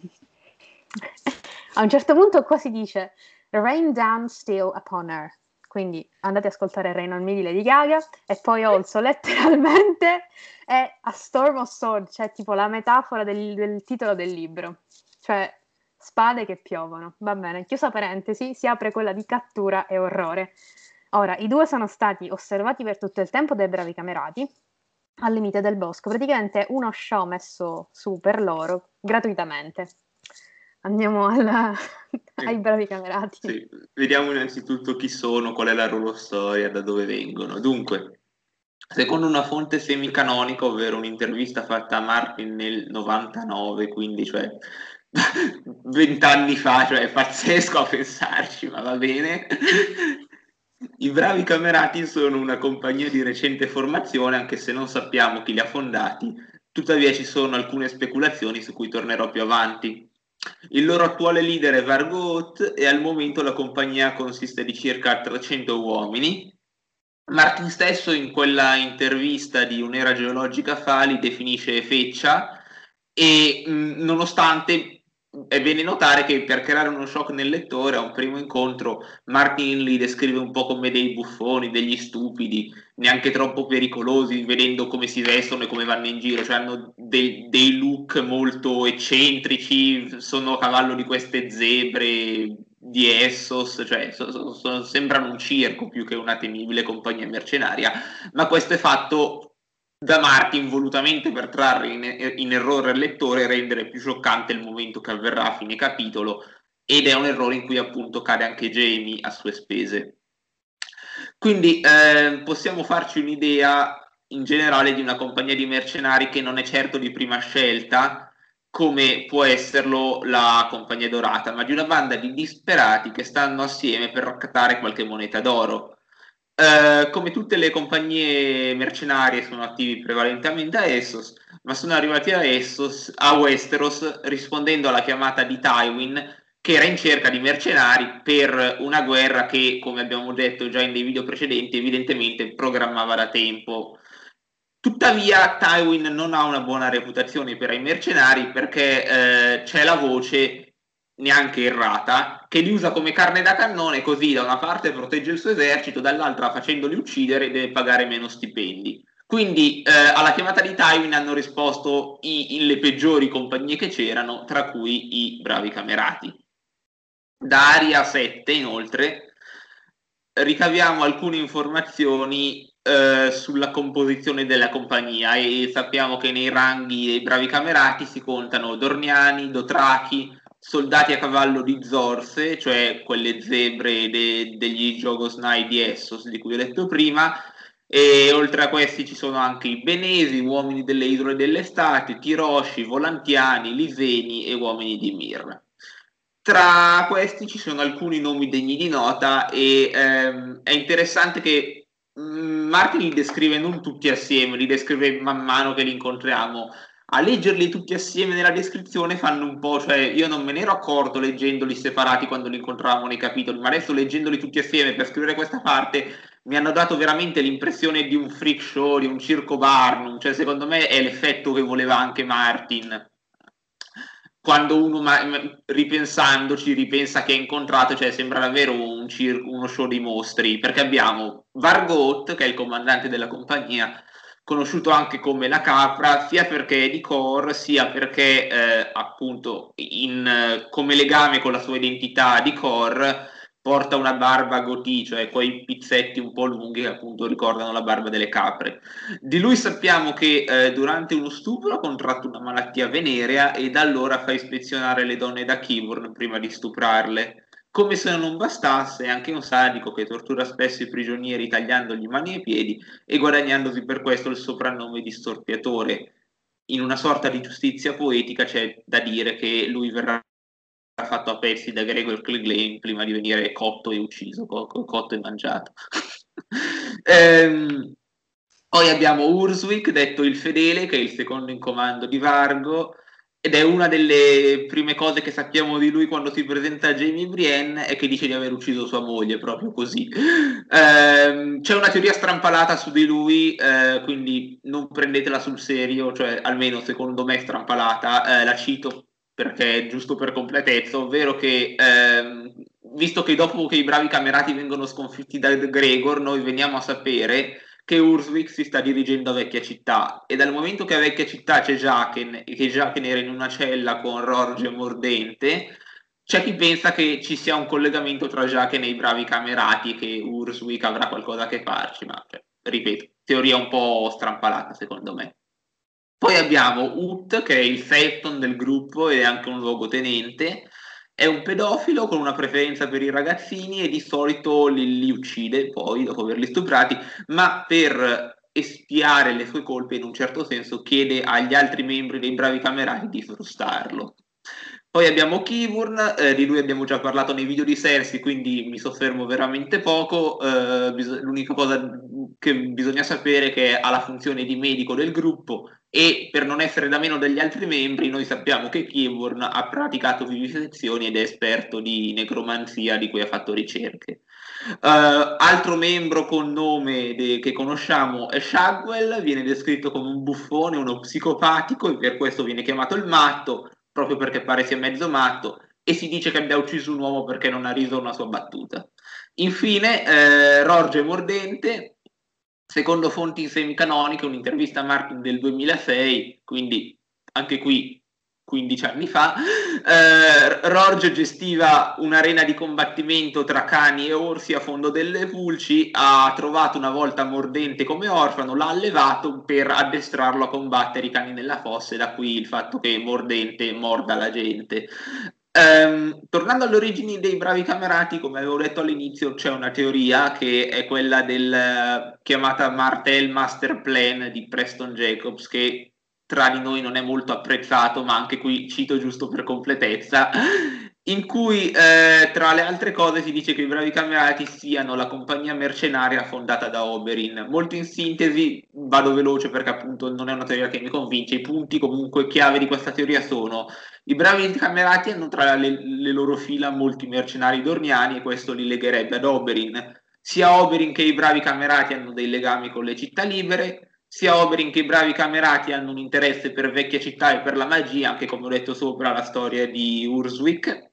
A un certo punto quasi dice "Rain down still upon her", quindi andate ad ascoltare il Reino al Midi Lady Gaga, e poi also letteralmente è a storm of sword, cioè tipo la metafora del titolo del libro, cioè spade che piovono. Va bene, chiusa parentesi, si apre quella di cattura e orrore. Ora, i due sono stati osservati per tutto il tempo dai bravi camerati al limite del bosco, praticamente uno show messo su per loro gratuitamente. Andiamo ai bravi camerati. Sì. Vediamo innanzitutto chi sono, qual è la loro storia, da dove vengono. Dunque, secondo una fonte semicanonica, ovvero un'intervista fatta a Martin nel 99, quindi cioè 20 anni fa, cioè è pazzesco a pensarci, ma va bene. I Bravi Camerati sono una compagnia di recente formazione, anche se non sappiamo chi li ha fondati, tuttavia ci sono alcune speculazioni su cui tornerò più avanti. Il loro attuale leader è Vargot e al momento la compagnia consiste di circa 300 uomini. Martin stesso in quella intervista di Un'era geologica fa li definisce feccia e nonostante è bene notare che per creare uno shock nel lettore a un primo incontro Martin li descrive un po' come dei buffoni, degli stupidi, neanche troppo pericolosi, vedendo come si vestono e come vanno in giro, cioè hanno dei look molto eccentrici, sono a cavallo di queste zebre di Essos, cioè sembrano un circo più che una temibile compagnia mercenaria, ma questo è fatto da Martin volutamente per trarre in errore il lettore e rendere più scioccante il momento che avverrà a fine capitolo, ed è un errore in cui appunto cade anche Jaime a sue spese. Quindi possiamo farci un'idea in generale di una compagnia di mercenari che non è certo di prima scelta, come può esserlo la Compagnia Dorata, ma di una banda di disperati che stanno assieme per raccattare qualche moneta d'oro. Come tutte le compagnie mercenarie sono attivi prevalentemente a Essos, ma sono arrivati a Westeros rispondendo alla chiamata di Tywin, che era in cerca di mercenari per una guerra che, come abbiamo detto già in dei video precedenti, evidentemente programmava da tempo. Tuttavia Tywin non ha una buona reputazione per i mercenari perché c'è la voce, neanche errata, che li usa come carne da cannone, così da una parte protegge il suo esercito, dall'altra facendoli uccidere deve pagare meno stipendi. Quindi alla chiamata di Tywin hanno risposto le peggiori compagnie che c'erano, tra cui i Bravi Camerati. Da Aria 7 inoltre ricaviamo alcune informazioni sulla composizione della compagnia e sappiamo che nei ranghi dei Bravi Camerati si contano Dorniani, Dothraki, soldati a cavallo di Zorse, cioè quelle zebre degli Jogosnai di Essos di cui ho detto prima, e oltre a questi ci sono anche i Benesi, uomini delle Isole dell'Estate, Tirosci, Volantiani, Liseni e uomini di Mir. Tra questi ci sono alcuni nomi degni di nota e è interessante che Martin li descrive non tutti assieme, li descrive man mano che li incontriamo a leggerli tutti assieme nella descrizione fanno un po', cioè io non me ne ero accorto leggendoli separati quando li incontravamo nei capitoli, ma adesso leggendoli tutti assieme per scrivere questa parte mi hanno dato veramente l'impressione di un freak show, di un circo Barnum, cioè secondo me è l'effetto che voleva anche Martin. Quando uno ripensandoci ripensa che è incontrato, cioè sembra davvero uno show di mostri, perché abbiamo Vargot, che è il comandante della compagnia, conosciuto anche come la capra, sia perché è di Kor, sia perché appunto come legame con la sua identità di Kor porta una barba goatee, cioè quei pizzetti un po' lunghi che appunto ricordano la barba delle capre. Di lui sappiamo che durante uno stupro ha contratto una malattia venerea e da allora fa ispezionare le donne da Qyburn prima di stuprarle. Come se non bastasse, è anche un sadico che tortura spesso i prigionieri tagliandogli mani e piedi e guadagnandosi per questo il soprannome di storpiatore. In una sorta di giustizia poetica c'è da dire che lui verrà fatto a pezzi da Gregor Clegane prima di venire cotto e ucciso, cotto e mangiato. Poi abbiamo Urswick, detto il fedele, che è il secondo in comando di Vargo, ed è una delle prime cose che sappiamo di lui quando si presenta a Jaime Brienne, è che dice di aver ucciso sua moglie, proprio così. C'è una teoria strampalata su di lui, quindi non prendetela sul serio, cioè almeno secondo me strampalata, la cito perché giusto per completezza, ovvero che visto che dopo che i bravi camerati vengono sconfitti da Gregor, noi veniamo a sapere che Urswick si sta dirigendo a Vecchia Città e dal momento che a Vecchia Città c'è Jaqen e che Jaqen era in una cella con Rorge Mordente, c'è chi pensa che ci sia un collegamento tra Jaqen e i bravi camerati e che Urswick avrà qualcosa a che farci, ma cioè, ripeto, teoria un po' strampalata secondo me. Poi abbiamo Ut, che è il Phaeton del gruppo e è anche un luogotenente. È un pedofilo con una preferenza per i ragazzini e di solito li uccide poi dopo averli stuprati, ma per espiare le sue colpe in un certo senso chiede agli altri membri dei bravi camerati di frustarlo. Poi abbiamo Qyburn, di lui abbiamo già parlato nei video di Cersei, quindi mi soffermo veramente poco. L'unica cosa che bisogna sapere è che ha la funzione di medico del gruppo e per non essere da meno degli altri membri noi sappiamo che Qyburn ha praticato vivisezioni ed è esperto di necromanzia di cui ha fatto ricerche. Altro membro con nome che conosciamo è Shagwell, viene descritto come un buffone, uno psicopatico e per questo viene chiamato il matto, proprio perché pare sia mezzo matto, e si dice che abbia ucciso un uomo perché non ha riso una sua battuta. Infine, Rorge Mordente, secondo fonti semicanoniche, un'intervista a Martin del 2006, quindi anche qui 15 anni fa, Rorge gestiva un'arena di combattimento tra cani e orsi a fondo delle pulci, ha trovato una volta Mordente come orfano, l'ha allevato per addestrarlo a combattere i cani nella fossa e da qui il fatto che Mordente morda la gente. Tornando alle origini dei bravi camerati, come avevo detto all'inizio, c'è una teoria che è quella del chiamata Martell Master Plan di Preston Jacobs, che tra di noi non è molto apprezzato, ma anche qui cito giusto per completezza, in cui tra le altre cose si dice che i bravi camerati siano la compagnia mercenaria fondata da Oberyn. Molto in sintesi, vado veloce perché appunto non è una teoria che mi convince, i punti comunque chiave di questa teoria sono: i bravi camerati hanno tra le loro fila molti mercenari dorniani e questo li legherebbe ad Oberyn. Sia Oberyn che i bravi camerati hanno dei legami con le città libere, sia Oberyn che i bravi camerati hanno un interesse per Vecchia Città e per la magia, anche come ho detto sopra la storia di Urswick.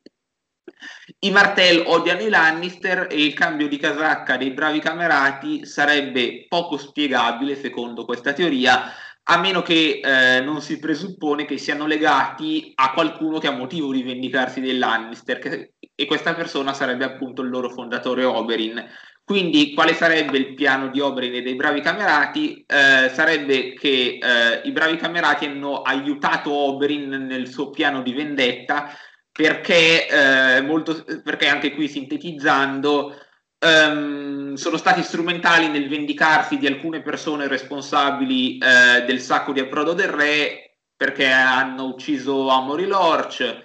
I Martell odiano i Lannister e il cambio di casacca dei bravi camerati sarebbe poco spiegabile secondo questa teoria, a meno che non si presuppone che siano legati a qualcuno che ha motivo di vendicarsi dei Lannister, e questa persona sarebbe appunto il loro fondatore Oberyn. Quindi quale sarebbe il piano di Oberyn e dei bravi camerati? Sarebbe che i bravi camerati hanno aiutato Oberyn nel suo piano di vendetta perché anche qui sintetizzando sono stati strumentali nel vendicarsi di alcune persone responsabili del sacco di approdo del re, perché hanno ucciso Amory Lorch,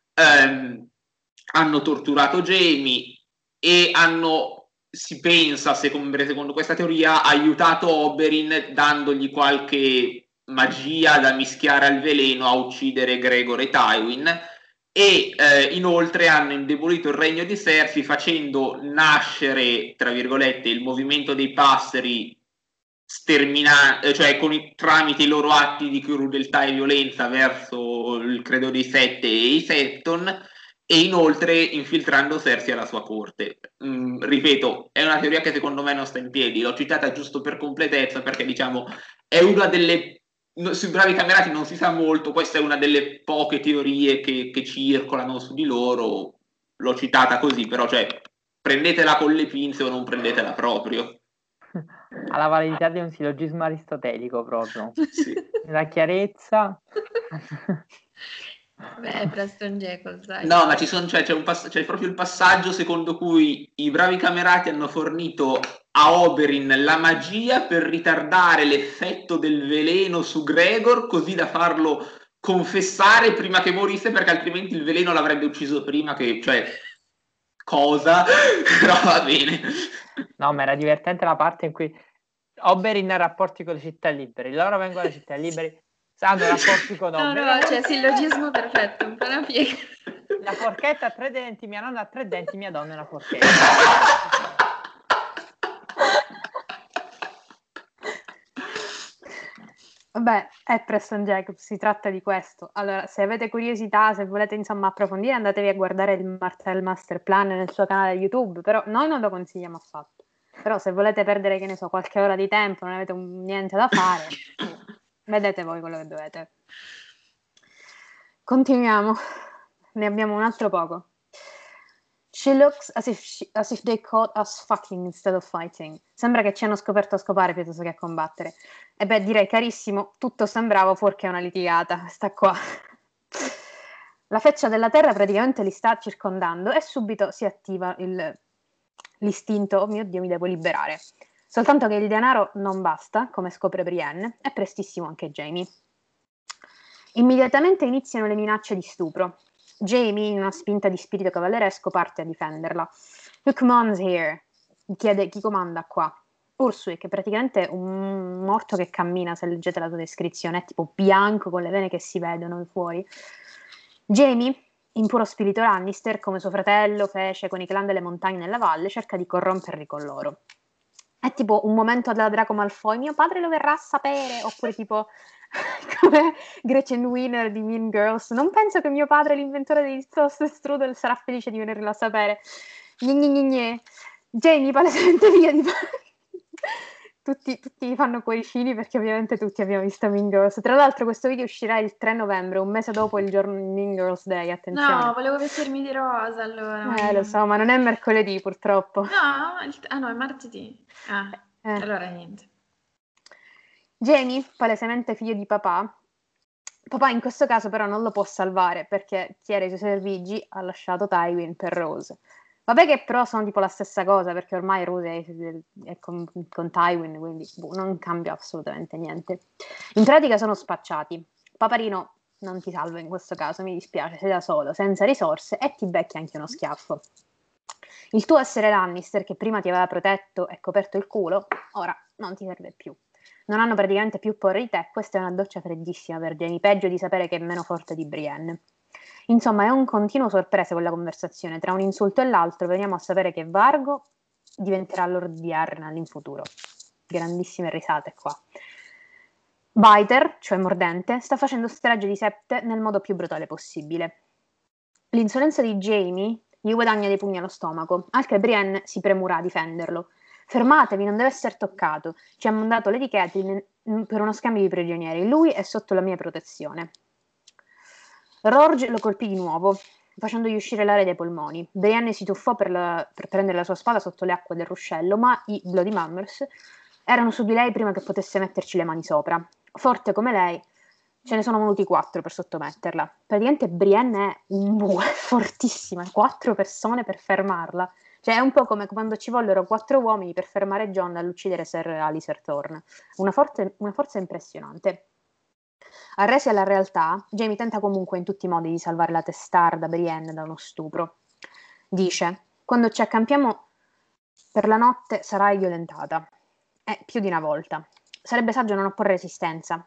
hanno torturato Jaime e hanno, si pensa secondo questa teoria, aiutato Oberyn dandogli qualche magia da mischiare al veleno a uccidere Gregor e Tywin, e inoltre hanno indebolito il regno di Cersei facendo nascere, tra virgolette, il movimento dei passeri cioè tramite i loro atti di crudeltà e violenza verso il credo dei Sette e i Septon, e inoltre infiltrando Cersei alla sua corte. Ripeto, è una teoria che secondo me non sta in piedi, l'ho citata giusto per completezza perché diciamo è una delle sui bravi camerati non si sa molto, questa è una delle poche teorie che circolano su di loro, l'ho citata così, però cioè prendetela con le pinze o non prendetela proprio. Ha la validità di un sillogismo aristotelico proprio. Sì. La chiarezza. Beh, Preston Jacob, dai. No, ma c'è proprio il passaggio secondo cui i bravi camerati hanno fornito a Oberyn la magia per ritardare l'effetto del veleno su Gregor, così da farlo confessare prima che morisse, perché altrimenti il veleno l'avrebbe ucciso prima che... cioè, cosa? Però va bene. No, ma era divertente la parte in cui Oberyn ha rapporti con le città libere, loro vengono alle città libere, hanno rapporti con Oberyn. No, cioè sillogismo perfetto, un po' una piega. La forchetta ha 3 denti, mia nonna ha 3 denti, mia donna è una forchetta. Vabbè, è Preston Jacob, si tratta di questo. Allora, se avete curiosità, se volete insomma approfondire, andatevi a guardare il Martell Master Plan nel suo canale YouTube, però noi non lo consigliamo affatto. Però se volete perdere, che ne so, qualche ora di tempo, non avete niente da fare, vedete voi quello che dovete. Continuiamo, ne abbiamo un altro poco. She looks as if they caught us fucking instead of fighting. Sembra che ci hanno scoperto a scopare piuttosto che a combattere. E beh, direi carissimo, tutto sembrava fuorché una litigata. Sta qua. La feccia della terra praticamente li sta circondando e subito si attiva l'istinto, oh mio Dio, mi devo liberare. Soltanto che il denaro non basta, come scopre Brienne, e prestissimo anche Jaime. Immediatamente iniziano le minacce di stupro. Jaime, in una spinta di spirito cavalleresco, parte a difenderla. Who commands here? Chiede chi comanda qua. Ursula, che è praticamente un morto che cammina, se leggete la sua descrizione, è tipo bianco con le vene che si vedono fuori. Jaime, in puro spirito Lannister, come suo fratello fece con i clan delle montagne nella valle, cerca di corromperli con loro. È tipo un momento della Draco Malfoy, mio padre lo verrà a sapere, oppure tipo come Gretchen Winner di Mean Girls, non penso che mio padre, l'inventore dei toast strudel, sarà felice di venirlo a sapere. Jamie palesemente via di tutti fanno cuoricini perché ovviamente tutti abbiamo visto Mean Girls. Tra l'altro questo video uscirà il 3 novembre, un mese dopo il giorno Mean Girls Day, attenzione. No, volevo vestirmi di rosa allora. Lo so, ma non è mercoledì purtroppo. No, è martedì. Allora niente. Jamie, palesemente figlio di papà in questo caso però non lo può salvare perché chi era i suoi servigi ha lasciato Tywin per Rose. Vabbè che però sono tipo la stessa cosa perché ormai Rose è con Tywin, quindi non cambia assolutamente niente. In pratica sono spacciati. Paparino non ti salva in questo caso, mi dispiace, sei da solo, senza risorse e ti becchi anche uno schiaffo. Il tuo essere Lannister che prima ti aveva protetto e coperto il culo, ora non ti serve più. Non hanno praticamente più paura di te, questa è una doccia freddissima per Jaime, peggio di sapere che è meno forte di Brienne. Insomma, è un continuo sorpresa quella conversazione, tra un insulto e l'altro veniamo a sapere che Vargo diventerà Lord di Arnal in futuro. Grandissime risate qua. Biter, cioè mordente, sta facendo strage di Septe nel modo più brutale possibile. L'insolenza di Jaime gli guadagna dei pugni allo stomaco, al che Brienne si premura a difenderlo. Fermatevi, non deve essere toccato. Ci ha mandato Lady Catelyn per uno scambio di prigionieri. Lui è sotto la mia protezione. Rorge lo colpì di nuovo, facendogli uscire l'aria dai polmoni. Brienne si tuffò per prendere la sua spada sotto le acque del ruscello, ma i Bloody Mummers erano su di lei prima che potesse metterci le mani sopra. Forte come lei, ce ne sono voluti 4 per sottometterla. Praticamente Brienne è un bue, fortissima, 4 persone per fermarla. Cioè è un po' come quando ci vollero 4 uomini per fermare Jon dall'uccidere Ser Alistair Thorne. Una forza impressionante. Arresi alla realtà, Jaime tenta comunque in tutti i modi di salvare la testarda Brienne da uno stupro. Dice: quando ci accampiamo per la notte sarai violentata. Più di una volta. Sarebbe saggio non opporre resistenza.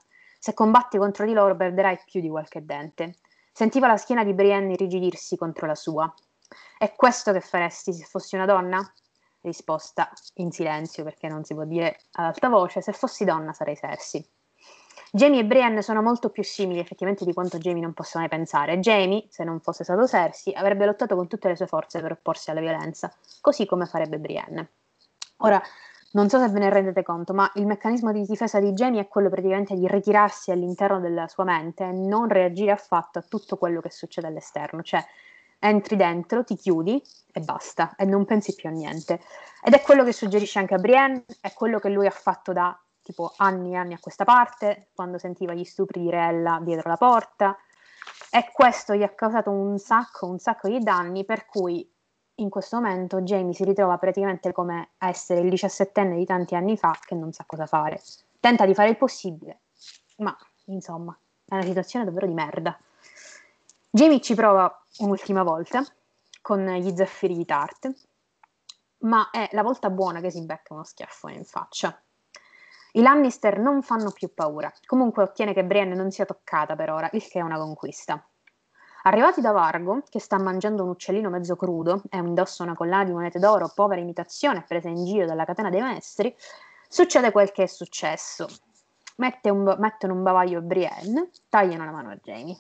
Se combatti contro di loro perderai più di qualche dente. Sentiva la schiena di Brienne irrigidirsi contro la sua. È questo che faresti se fossi una donna? Risposta in silenzio, perché non si può dire ad alta voce: se fossi donna sarei Cersei. Jaime e Brienne sono molto più simili effettivamente di quanto Jaime non possa mai pensare. Jaime, se non fosse stato Cersei, avrebbe lottato con tutte le sue forze per opporsi alla violenza, così come farebbe Brienne. Ora, non so se ve ne rendete conto, ma il meccanismo di difesa di Jaime è quello praticamente di ritirarsi all'interno della sua mente e non reagire affatto a tutto quello che succede all'esterno, cioè entri dentro, ti chiudi e basta, e non pensi più a niente. Ed è quello che suggerisce anche a Brienne, è quello che lui ha fatto da tipo anni e anni a questa parte, quando sentiva gli stupri di Rella dietro la porta, e questo gli ha causato un sacco di danni, per cui in questo momento Jaime si ritrova praticamente come a essere il 17enne di tanti anni fa che non sa cosa fare. Tenta di fare il possibile, ma insomma è una situazione davvero di merda. Jaime ci prova un'ultima volta con gli zeffiri di Tart, ma è la volta buona che si becca uno schiaffone in faccia. I Lannister non fanno più paura, comunque ottiene che Brienne non sia toccata per ora, il che è una conquista. Arrivati da Vargo, che sta mangiando un uccellino mezzo crudo e indossa una collana di monete d'oro, povera imitazione presa in giro dalla catena dei maestri, succede quel che è successo. Mettono un bavaglio a Brienne, tagliano la mano a Jaime.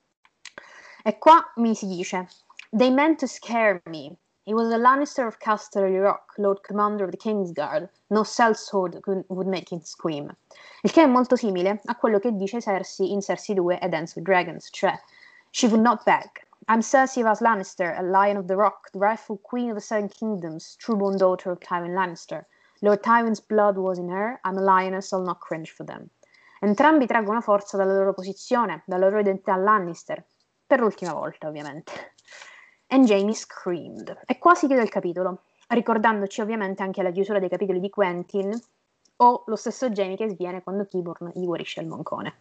E qua mi si dice: They meant to scare me. He was a Lannister of Casterly Rock, Lord Commander of the Kingsguard. No sellsword would make him scream. Il che è molto simile a quello che dice Cersei in Cersei 2 e Dance with Dragons, cioè she would not beg. I'm Cersei Vas Lannister, a Lion of the Rock, the rightful Queen of the Seven Kingdoms, true-born daughter of Tywin Lannister. Lord Tywin's blood was in her, I'm a lioness, I'll not cringe for them. Entrambi traggono forza dalla loro posizione, dalla loro identità Lannister, per l'ultima volta ovviamente. And Jaime screamed. E qua si chiude il capitolo, ricordandoci ovviamente anche la chiusura dei capitoli di Quentin o lo stesso Jaime che sviene quando Qyburn gli guarisce il moncone.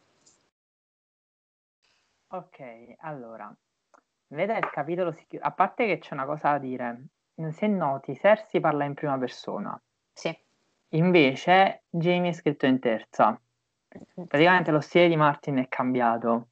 Ok, allora, vede il capitolo si chiude. A parte che c'è una cosa da dire, se noti, Cersei parla in prima persona. Sì. Invece Jaime è scritto in terza. Praticamente lo stile di Martin è cambiato.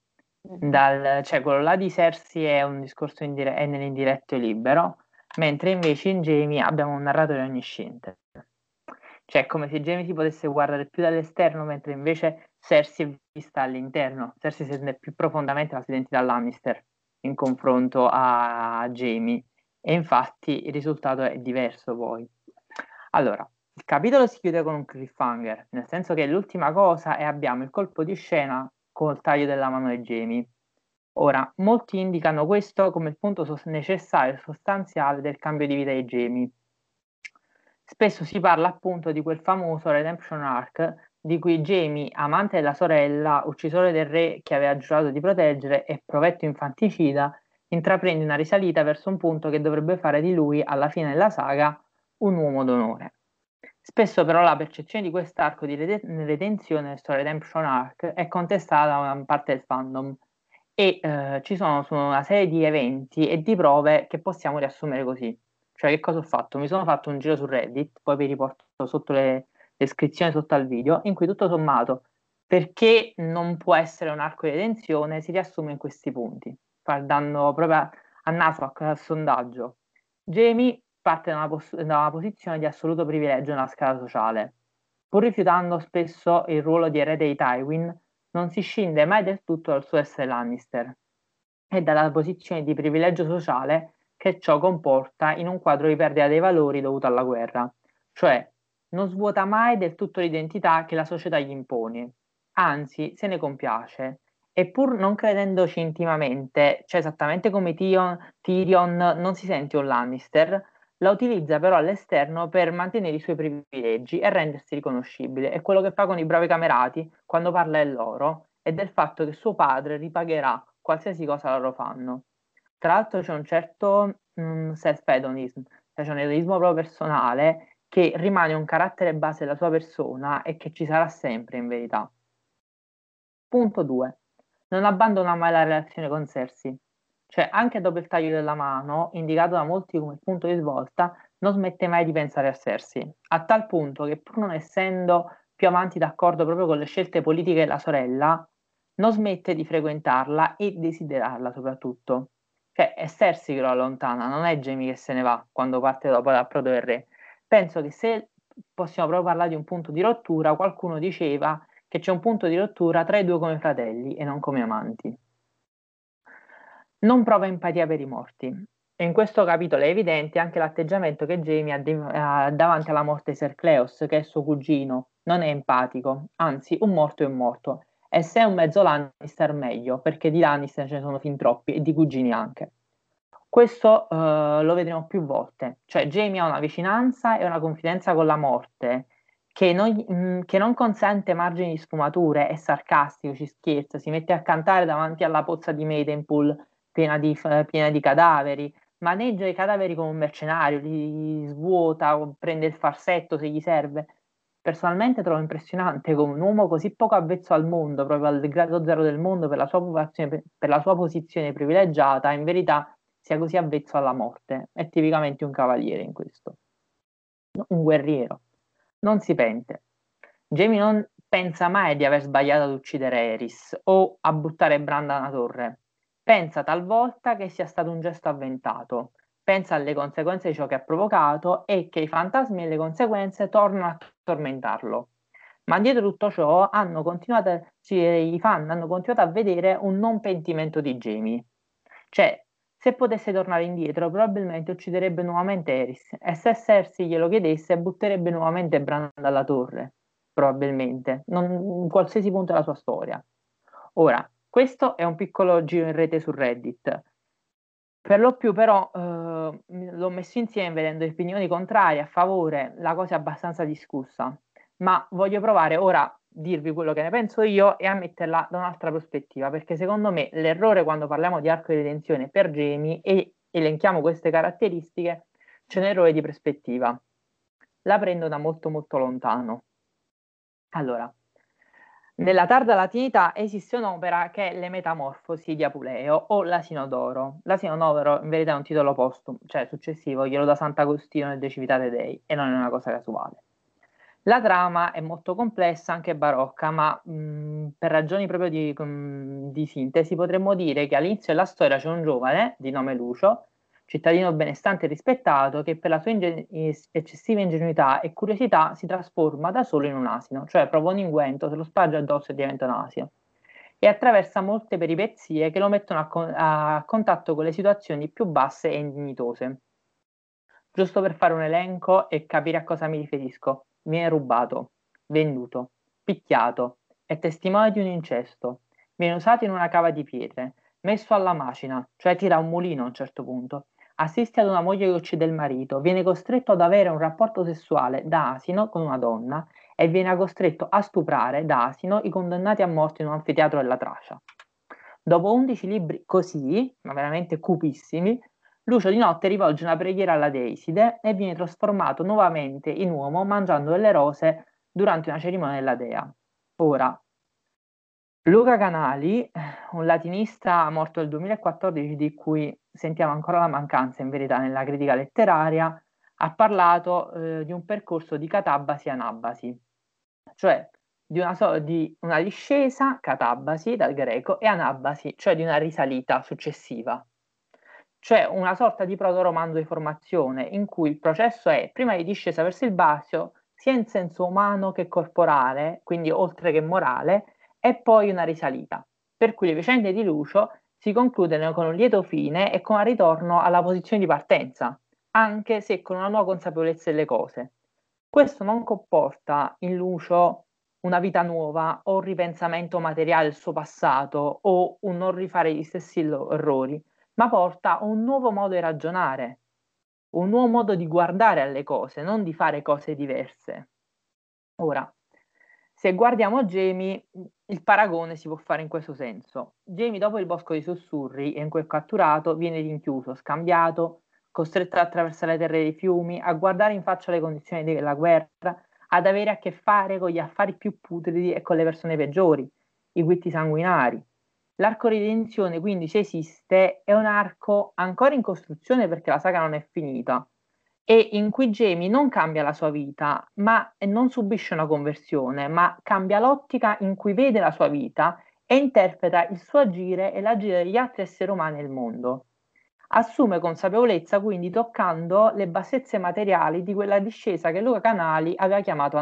Cioè quello là di Cersei è un discorso è nell'indiretto e libero, mentre invece in Jaime abbiamo un narratore onnisciente. Cioè è come se Jaime si potesse guardare più dall'esterno, mentre invece Cersei è vista all'interno. Cersei sente più profondamente la sua identità Lannister in confronto a Jaime, e infatti il risultato è diverso poi. Allora, il capitolo si chiude con un cliffhanger, nel senso che l'ultima cosa è abbiamo il colpo di scena col taglio della mano di Jaime. Ora, molti indicano questo come il punto necessario e sostanziale del cambio di vita di Jaime. Spesso si parla appunto di quel famoso redemption arc di cui Jaime, amante della sorella, uccisore del re che aveva giurato di proteggere e provetto infanticida, intraprende una risalita verso un punto che dovrebbe fare di lui, alla fine della saga, un uomo d'onore. Spesso però la percezione di quest'arco di redenzione, questo redemption arc, è contestata da una parte del fandom e ci sono una serie di eventi e di prove che possiamo riassumere così. Cioè, che cosa ho fatto? Mi sono fatto un giro su Reddit, poi vi riporto sotto le descrizioni sotto al video, in cui tutto sommato, perché non può essere un arco di redenzione, si riassume in questi punti, guardando proprio a naso al sondaggio. Jaime parte da una posizione di assoluto privilegio nella scala sociale. Pur rifiutando spesso il ruolo di erede di Tywin, non si scinde mai del tutto dal suo essere Lannister e dalla posizione di privilegio sociale che ciò comporta in un quadro di perdita dei valori dovuto alla guerra, cioè non svuota mai del tutto l'identità che la società gli impone, anzi se ne compiace, e pur non credendoci intimamente, cioè esattamente come Tyrion non si sente un Lannister, la utilizza però all'esterno per mantenere i suoi privilegi e rendersi riconoscibile. È quello che fa con i bravi camerati quando parla di loro e del fatto che suo padre ripagherà qualsiasi cosa loro fanno. Tra l'altro c'è un certo self-hedonism, cioè c'è un edonismo proprio personale che rimane un carattere base della sua persona e che ci sarà sempre in verità. Punto 2. Non abbandona mai la relazione con Cersei. Cioè, anche dopo il taglio della mano, indicato da molti come punto di svolta, non smette mai di pensare a Cersei, a tal punto che pur non essendo più avanti d'accordo proprio con le scelte politiche della sorella, non smette di frequentarla e desiderarla soprattutto. Cioè è Cersei che lo allontana, non è Jaime che se ne va quando parte dopo l'approdo del re. Penso che se possiamo proprio parlare di un punto di rottura, qualcuno diceva che c'è un punto di rottura tra i due come fratelli e non come amanti. Non prova empatia per i morti. E in questo capitolo è evidente anche l'atteggiamento che Jaime ha davanti alla morte di Ser Cleos, che è suo cugino. Non è empatico, anzi, un morto è un morto. E se è un mezzo Lannister, meglio, perché di Lannister ce ne sono fin troppi e di cugini anche. Questo lo vedremo più volte. Cioè, Jaime ha una vicinanza e una confidenza con la morte che non consente margini di sfumature, è sarcastico, ci scherza, si mette a cantare davanti alla pozza di Maidenpool piena di cadaveri, maneggia i cadaveri come un mercenario, li svuota, prende il farsetto se gli serve. Personalmente trovo impressionante come un uomo così poco avvezzo al mondo, proprio al grado zero del mondo per la sua posizione privilegiata, in verità sia così avvezzo alla morte. È tipicamente un cavaliere in questo, un guerriero. Non si pente. Jaime non pensa mai di aver sbagliato ad uccidere Eris o a buttare Bran da una torre. Pensa talvolta che sia stato un gesto avventato. Pensa alle conseguenze di ciò che ha provocato e che i fantasmi e le conseguenze tornano a tormentarlo. Ma dietro tutto ciò i fan hanno continuato a vedere un non pentimento di Jaime. Cioè, se potesse tornare indietro, probabilmente ucciderebbe nuovamente Eris e se Cersei glielo chiedesse, butterebbe nuovamente Bran dalla torre. Probabilmente, in qualsiasi punto della sua storia. Ora, questo è un piccolo giro in rete su Reddit. Per lo più però l'ho messo insieme vedendo opinioni contrarie, a favore, la cosa è abbastanza discussa, ma voglio provare ora a dirvi quello che ne penso io e a metterla da un'altra prospettiva, perché secondo me l'errore quando parliamo di arco di redenzione per Jaime e elenchiamo queste caratteristiche, c'è un errore di prospettiva. La prendo da molto molto lontano. Allora, nella tarda latinità esiste un'opera che è Le Metamorfosi di Apuleo o L'Asino d'Oro. L'Asino d'Oro in verità è un titolo postumo, cioè successivo, glielo dà Sant'Agostino nel De Civitate Dei e non è una cosa casuale. La trama è molto complessa, anche barocca, ma per ragioni proprio di sintesi potremmo dire che all'inizio della storia c'è un giovane di nome Lucio, cittadino benestante e rispettato, che per la sua eccessiva ingenuità e curiosità si trasforma da solo in un asino, cioè prova un inguento, se lo sparge addosso e diventa un asino. E attraversa molte peripezie che lo mettono a contatto con le situazioni più basse e indignitose. Giusto per fare un elenco e capire a cosa mi riferisco. Viene rubato, venduto, picchiato, è testimone di un incesto, viene usato in una cava di pietre, messo alla macina, cioè tira un mulino a un certo punto, assiste ad una moglie che uccide il marito, viene costretto ad avere un rapporto sessuale da asino con una donna e viene costretto a stuprare da asino i condannati a morte in un anfiteatro della Tracia. Dopo 11 libri così, ma veramente cupissimi, Lucio di notte rivolge una preghiera alla Deiside e viene trasformato nuovamente in uomo mangiando delle rose durante una cerimonia della dea. Ora, Luca Canali, un latinista morto nel 2014 di cui sentiamo ancora la mancanza in verità nella critica letteraria, ha parlato di un percorso di catabasi anabasi, cioè di una discesa, catabasi dal greco, e anabasi, cioè di una risalita successiva. Cioè una sorta di proto-romanzo di formazione in cui il processo è prima di discesa verso il basso, sia in senso umano che corporale, quindi oltre che morale, e poi una risalita. Per cui le vicende di Lucio si concludono con un lieto fine e con un ritorno alla posizione di partenza, anche se con una nuova consapevolezza delle cose. Questo non comporta in Lucio una vita nuova o un ripensamento materiale del suo passato o un non rifare gli stessi errori, ma porta un nuovo modo di ragionare, un nuovo modo di guardare alle cose, non di fare cose diverse. Ora, se guardiamo Jaime, il paragone si può fare in questo senso. Jaime dopo il bosco dei sussurri, in cui è catturato, viene rinchiuso, scambiato, costretto ad attraversare le terre dei fiumi, a guardare in faccia le condizioni della guerra, ad avere a che fare con gli affari più putridi e con le persone peggiori, i guitti sanguinari. L'arco redenzione quindi, se esiste, è un arco ancora in costruzione perché la saga non è finita, e in cui Jamie non cambia la sua vita, ma non subisce una conversione, ma cambia l'ottica in cui vede la sua vita e interpreta il suo agire e l'agire degli altri esseri umani nel mondo. Assume consapevolezza quindi toccando le bassezze materiali di quella discesa che Luca Canali aveva chiamato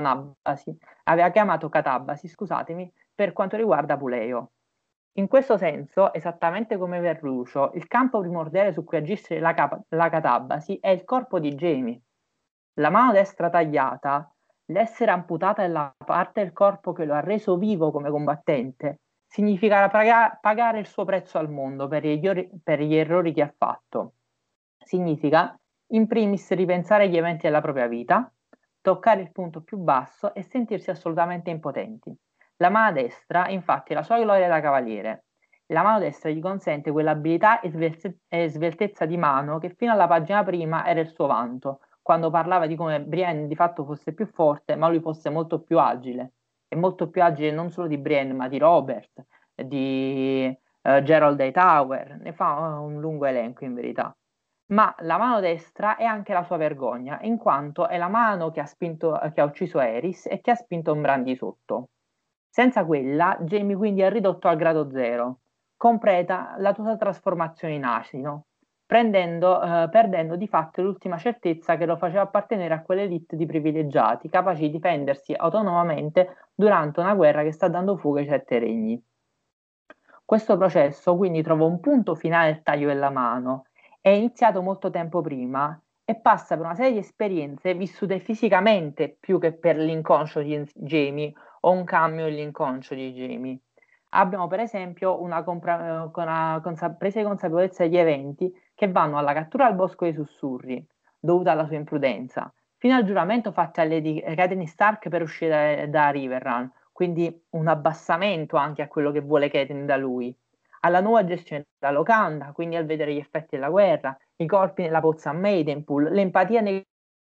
catabasi, scusatemi, per quanto riguarda Puleo. In questo senso, esattamente come Verrucio, il campo primordiale su cui agisce la catabasi è il corpo di Jamie. La mano destra tagliata, l'essere amputata della parte del corpo che lo ha reso vivo come combattente, significa pagare il suo prezzo al mondo per gli errori che ha fatto. Significa, in primis, ripensare agli eventi della propria vita, toccare il punto più basso e sentirsi assolutamente impotenti. La mano destra, infatti, è la sua gloria da cavaliere. La mano destra gli consente quell'abilità e sveltezza di mano che fino alla pagina prima era il suo vanto, quando parlava di come Brienne di fatto fosse più forte, ma lui fosse molto più agile. E molto più agile non solo di Brienne, ma di Robert, di Gerald Hightower. Ne fa un lungo elenco in verità. Ma la mano destra è anche la sua vergogna, in quanto è la mano che ha ucciso Aerys e che ha spinto Bran di sotto. Senza quella, Jamie quindi è ridotto al grado 0, completa la sua trasformazione in asino, perdendo di fatto l'ultima certezza che lo faceva appartenere a quell'elite di privilegiati, capaci di difendersi autonomamente durante una guerra che sta dando fuoco ai 7 regni. Questo processo quindi trova un punto finale al taglio della mano, è iniziato molto tempo prima e passa per una serie di esperienze vissute fisicamente più che per l'inconscio di Jamie o un cambio nell'inconscio di Jamie. Abbiamo per esempio una presa di consapevolezza degli eventi che vanno alla cattura al bosco dei sussurri, dovuta alla sua imprudenza, fino al giuramento fatto a Lady Catelyn Stark per uscire da Riverrun, quindi un abbassamento anche a quello che vuole Catelyn da lui, alla nuova gestione della locanda, quindi al vedere gli effetti della guerra, i colpi nella pozza a Maidenpool, l'empatia nei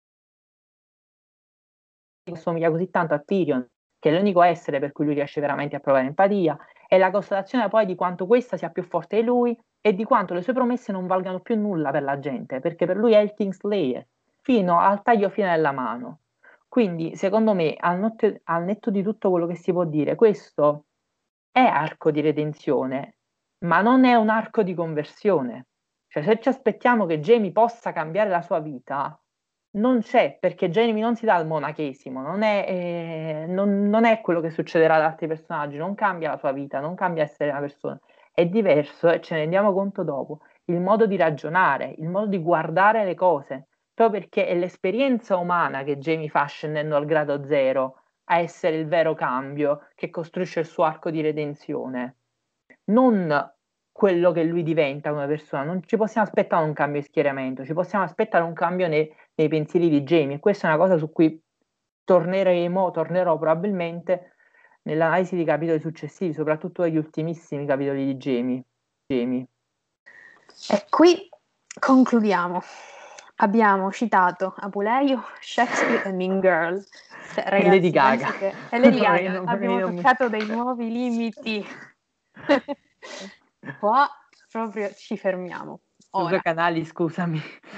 che somiglia così tanto a Tyrion, che è l'unico essere per cui lui riesce veramente a provare empatia, e la constatazione poi di quanto questa sia più forte di lui e di quanto le sue promesse non valgano più nulla per la gente, perché per lui è il Kingslayer, fino al taglio fine della mano. Quindi, secondo me, al netto di tutto quello che si può dire, questo è arco di redenzione, ma non è un arco di conversione. Cioè, se ci aspettiamo che Jamie possa cambiare la sua vita, non c'è, perché Jamie non si dà al monachesimo, non è quello che succederà ad altri personaggi, non cambia la sua vita, non cambia essere una persona. È diverso e ce ne rendiamo conto dopo. Il modo di ragionare, il modo di guardare le cose, proprio perché è l'esperienza umana che Jamie fa scendendo al grado 0 a essere il vero cambio che costruisce il suo arco di redenzione, non quello che lui diventa come persona. Non ci possiamo aspettare un cambio di schieramento, ci possiamo aspettare un cambio nei pensieri di Jamie, e questa è una cosa su cui tornerò probabilmente nell'analisi di capitoli successivi, soprattutto degli ultimissimi capitoli di Jamie. E qui concludiamo. Abbiamo citato Apuleio, Shakespeare e Mean Girl. Cioè, ragazzi, Lady Gaga. E Lady Gaga. Abbiamo toccato dei nuovi limiti. Qua proprio ci fermiamo. Luca Canali, scusami.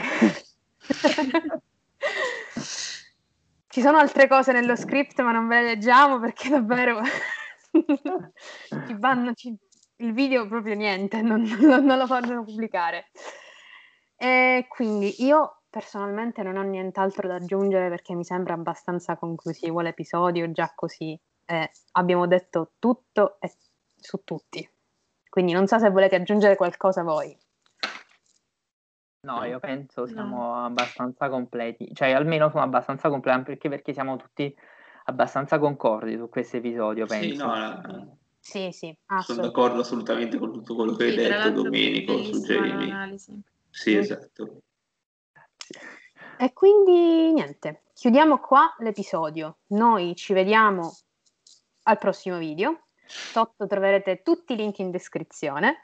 Ci sono altre cose nello script, ma non ve le leggiamo perché davvero il video proprio niente, non lo fanno pubblicare. E quindi io personalmente non ho nient'altro da aggiungere perché mi sembra abbastanza conclusivo l'episodio, già così abbiamo detto tutto e su tutti. Quindi non so se volete aggiungere qualcosa voi. No, io penso siamo abbastanza completi, cioè almeno sono abbastanza completi perché siamo tutti abbastanza concordi su questo episodio, penso. Sì, sono d'accordo assolutamente con tutto quello che hai detto, Domenico, su Jamie. Analisi. Sì, esatto. E quindi niente, chiudiamo qua l'episodio. Noi ci vediamo al prossimo video. Sotto troverete tutti i link in descrizione.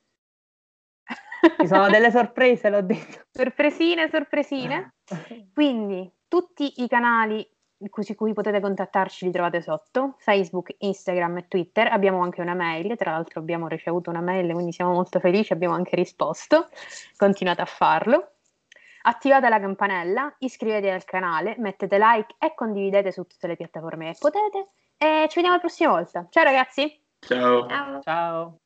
Ci sono delle sorprese, l'ho detto. Sorpresine. Quindi tutti i canali su cui potete contattarci li trovate sotto: Facebook, Instagram e Twitter. Abbiamo anche una mail, tra l'altro abbiamo ricevuto una mail, quindi siamo molto felici, abbiamo anche risposto. Continuate a farlo. attivate la campanella, iscrivetevi al canale, mettete like e condividete su tutte le piattaforme che potete e ci vediamo la prossima volta. Ciao ragazzi! Ciao! Ciao! Ciao!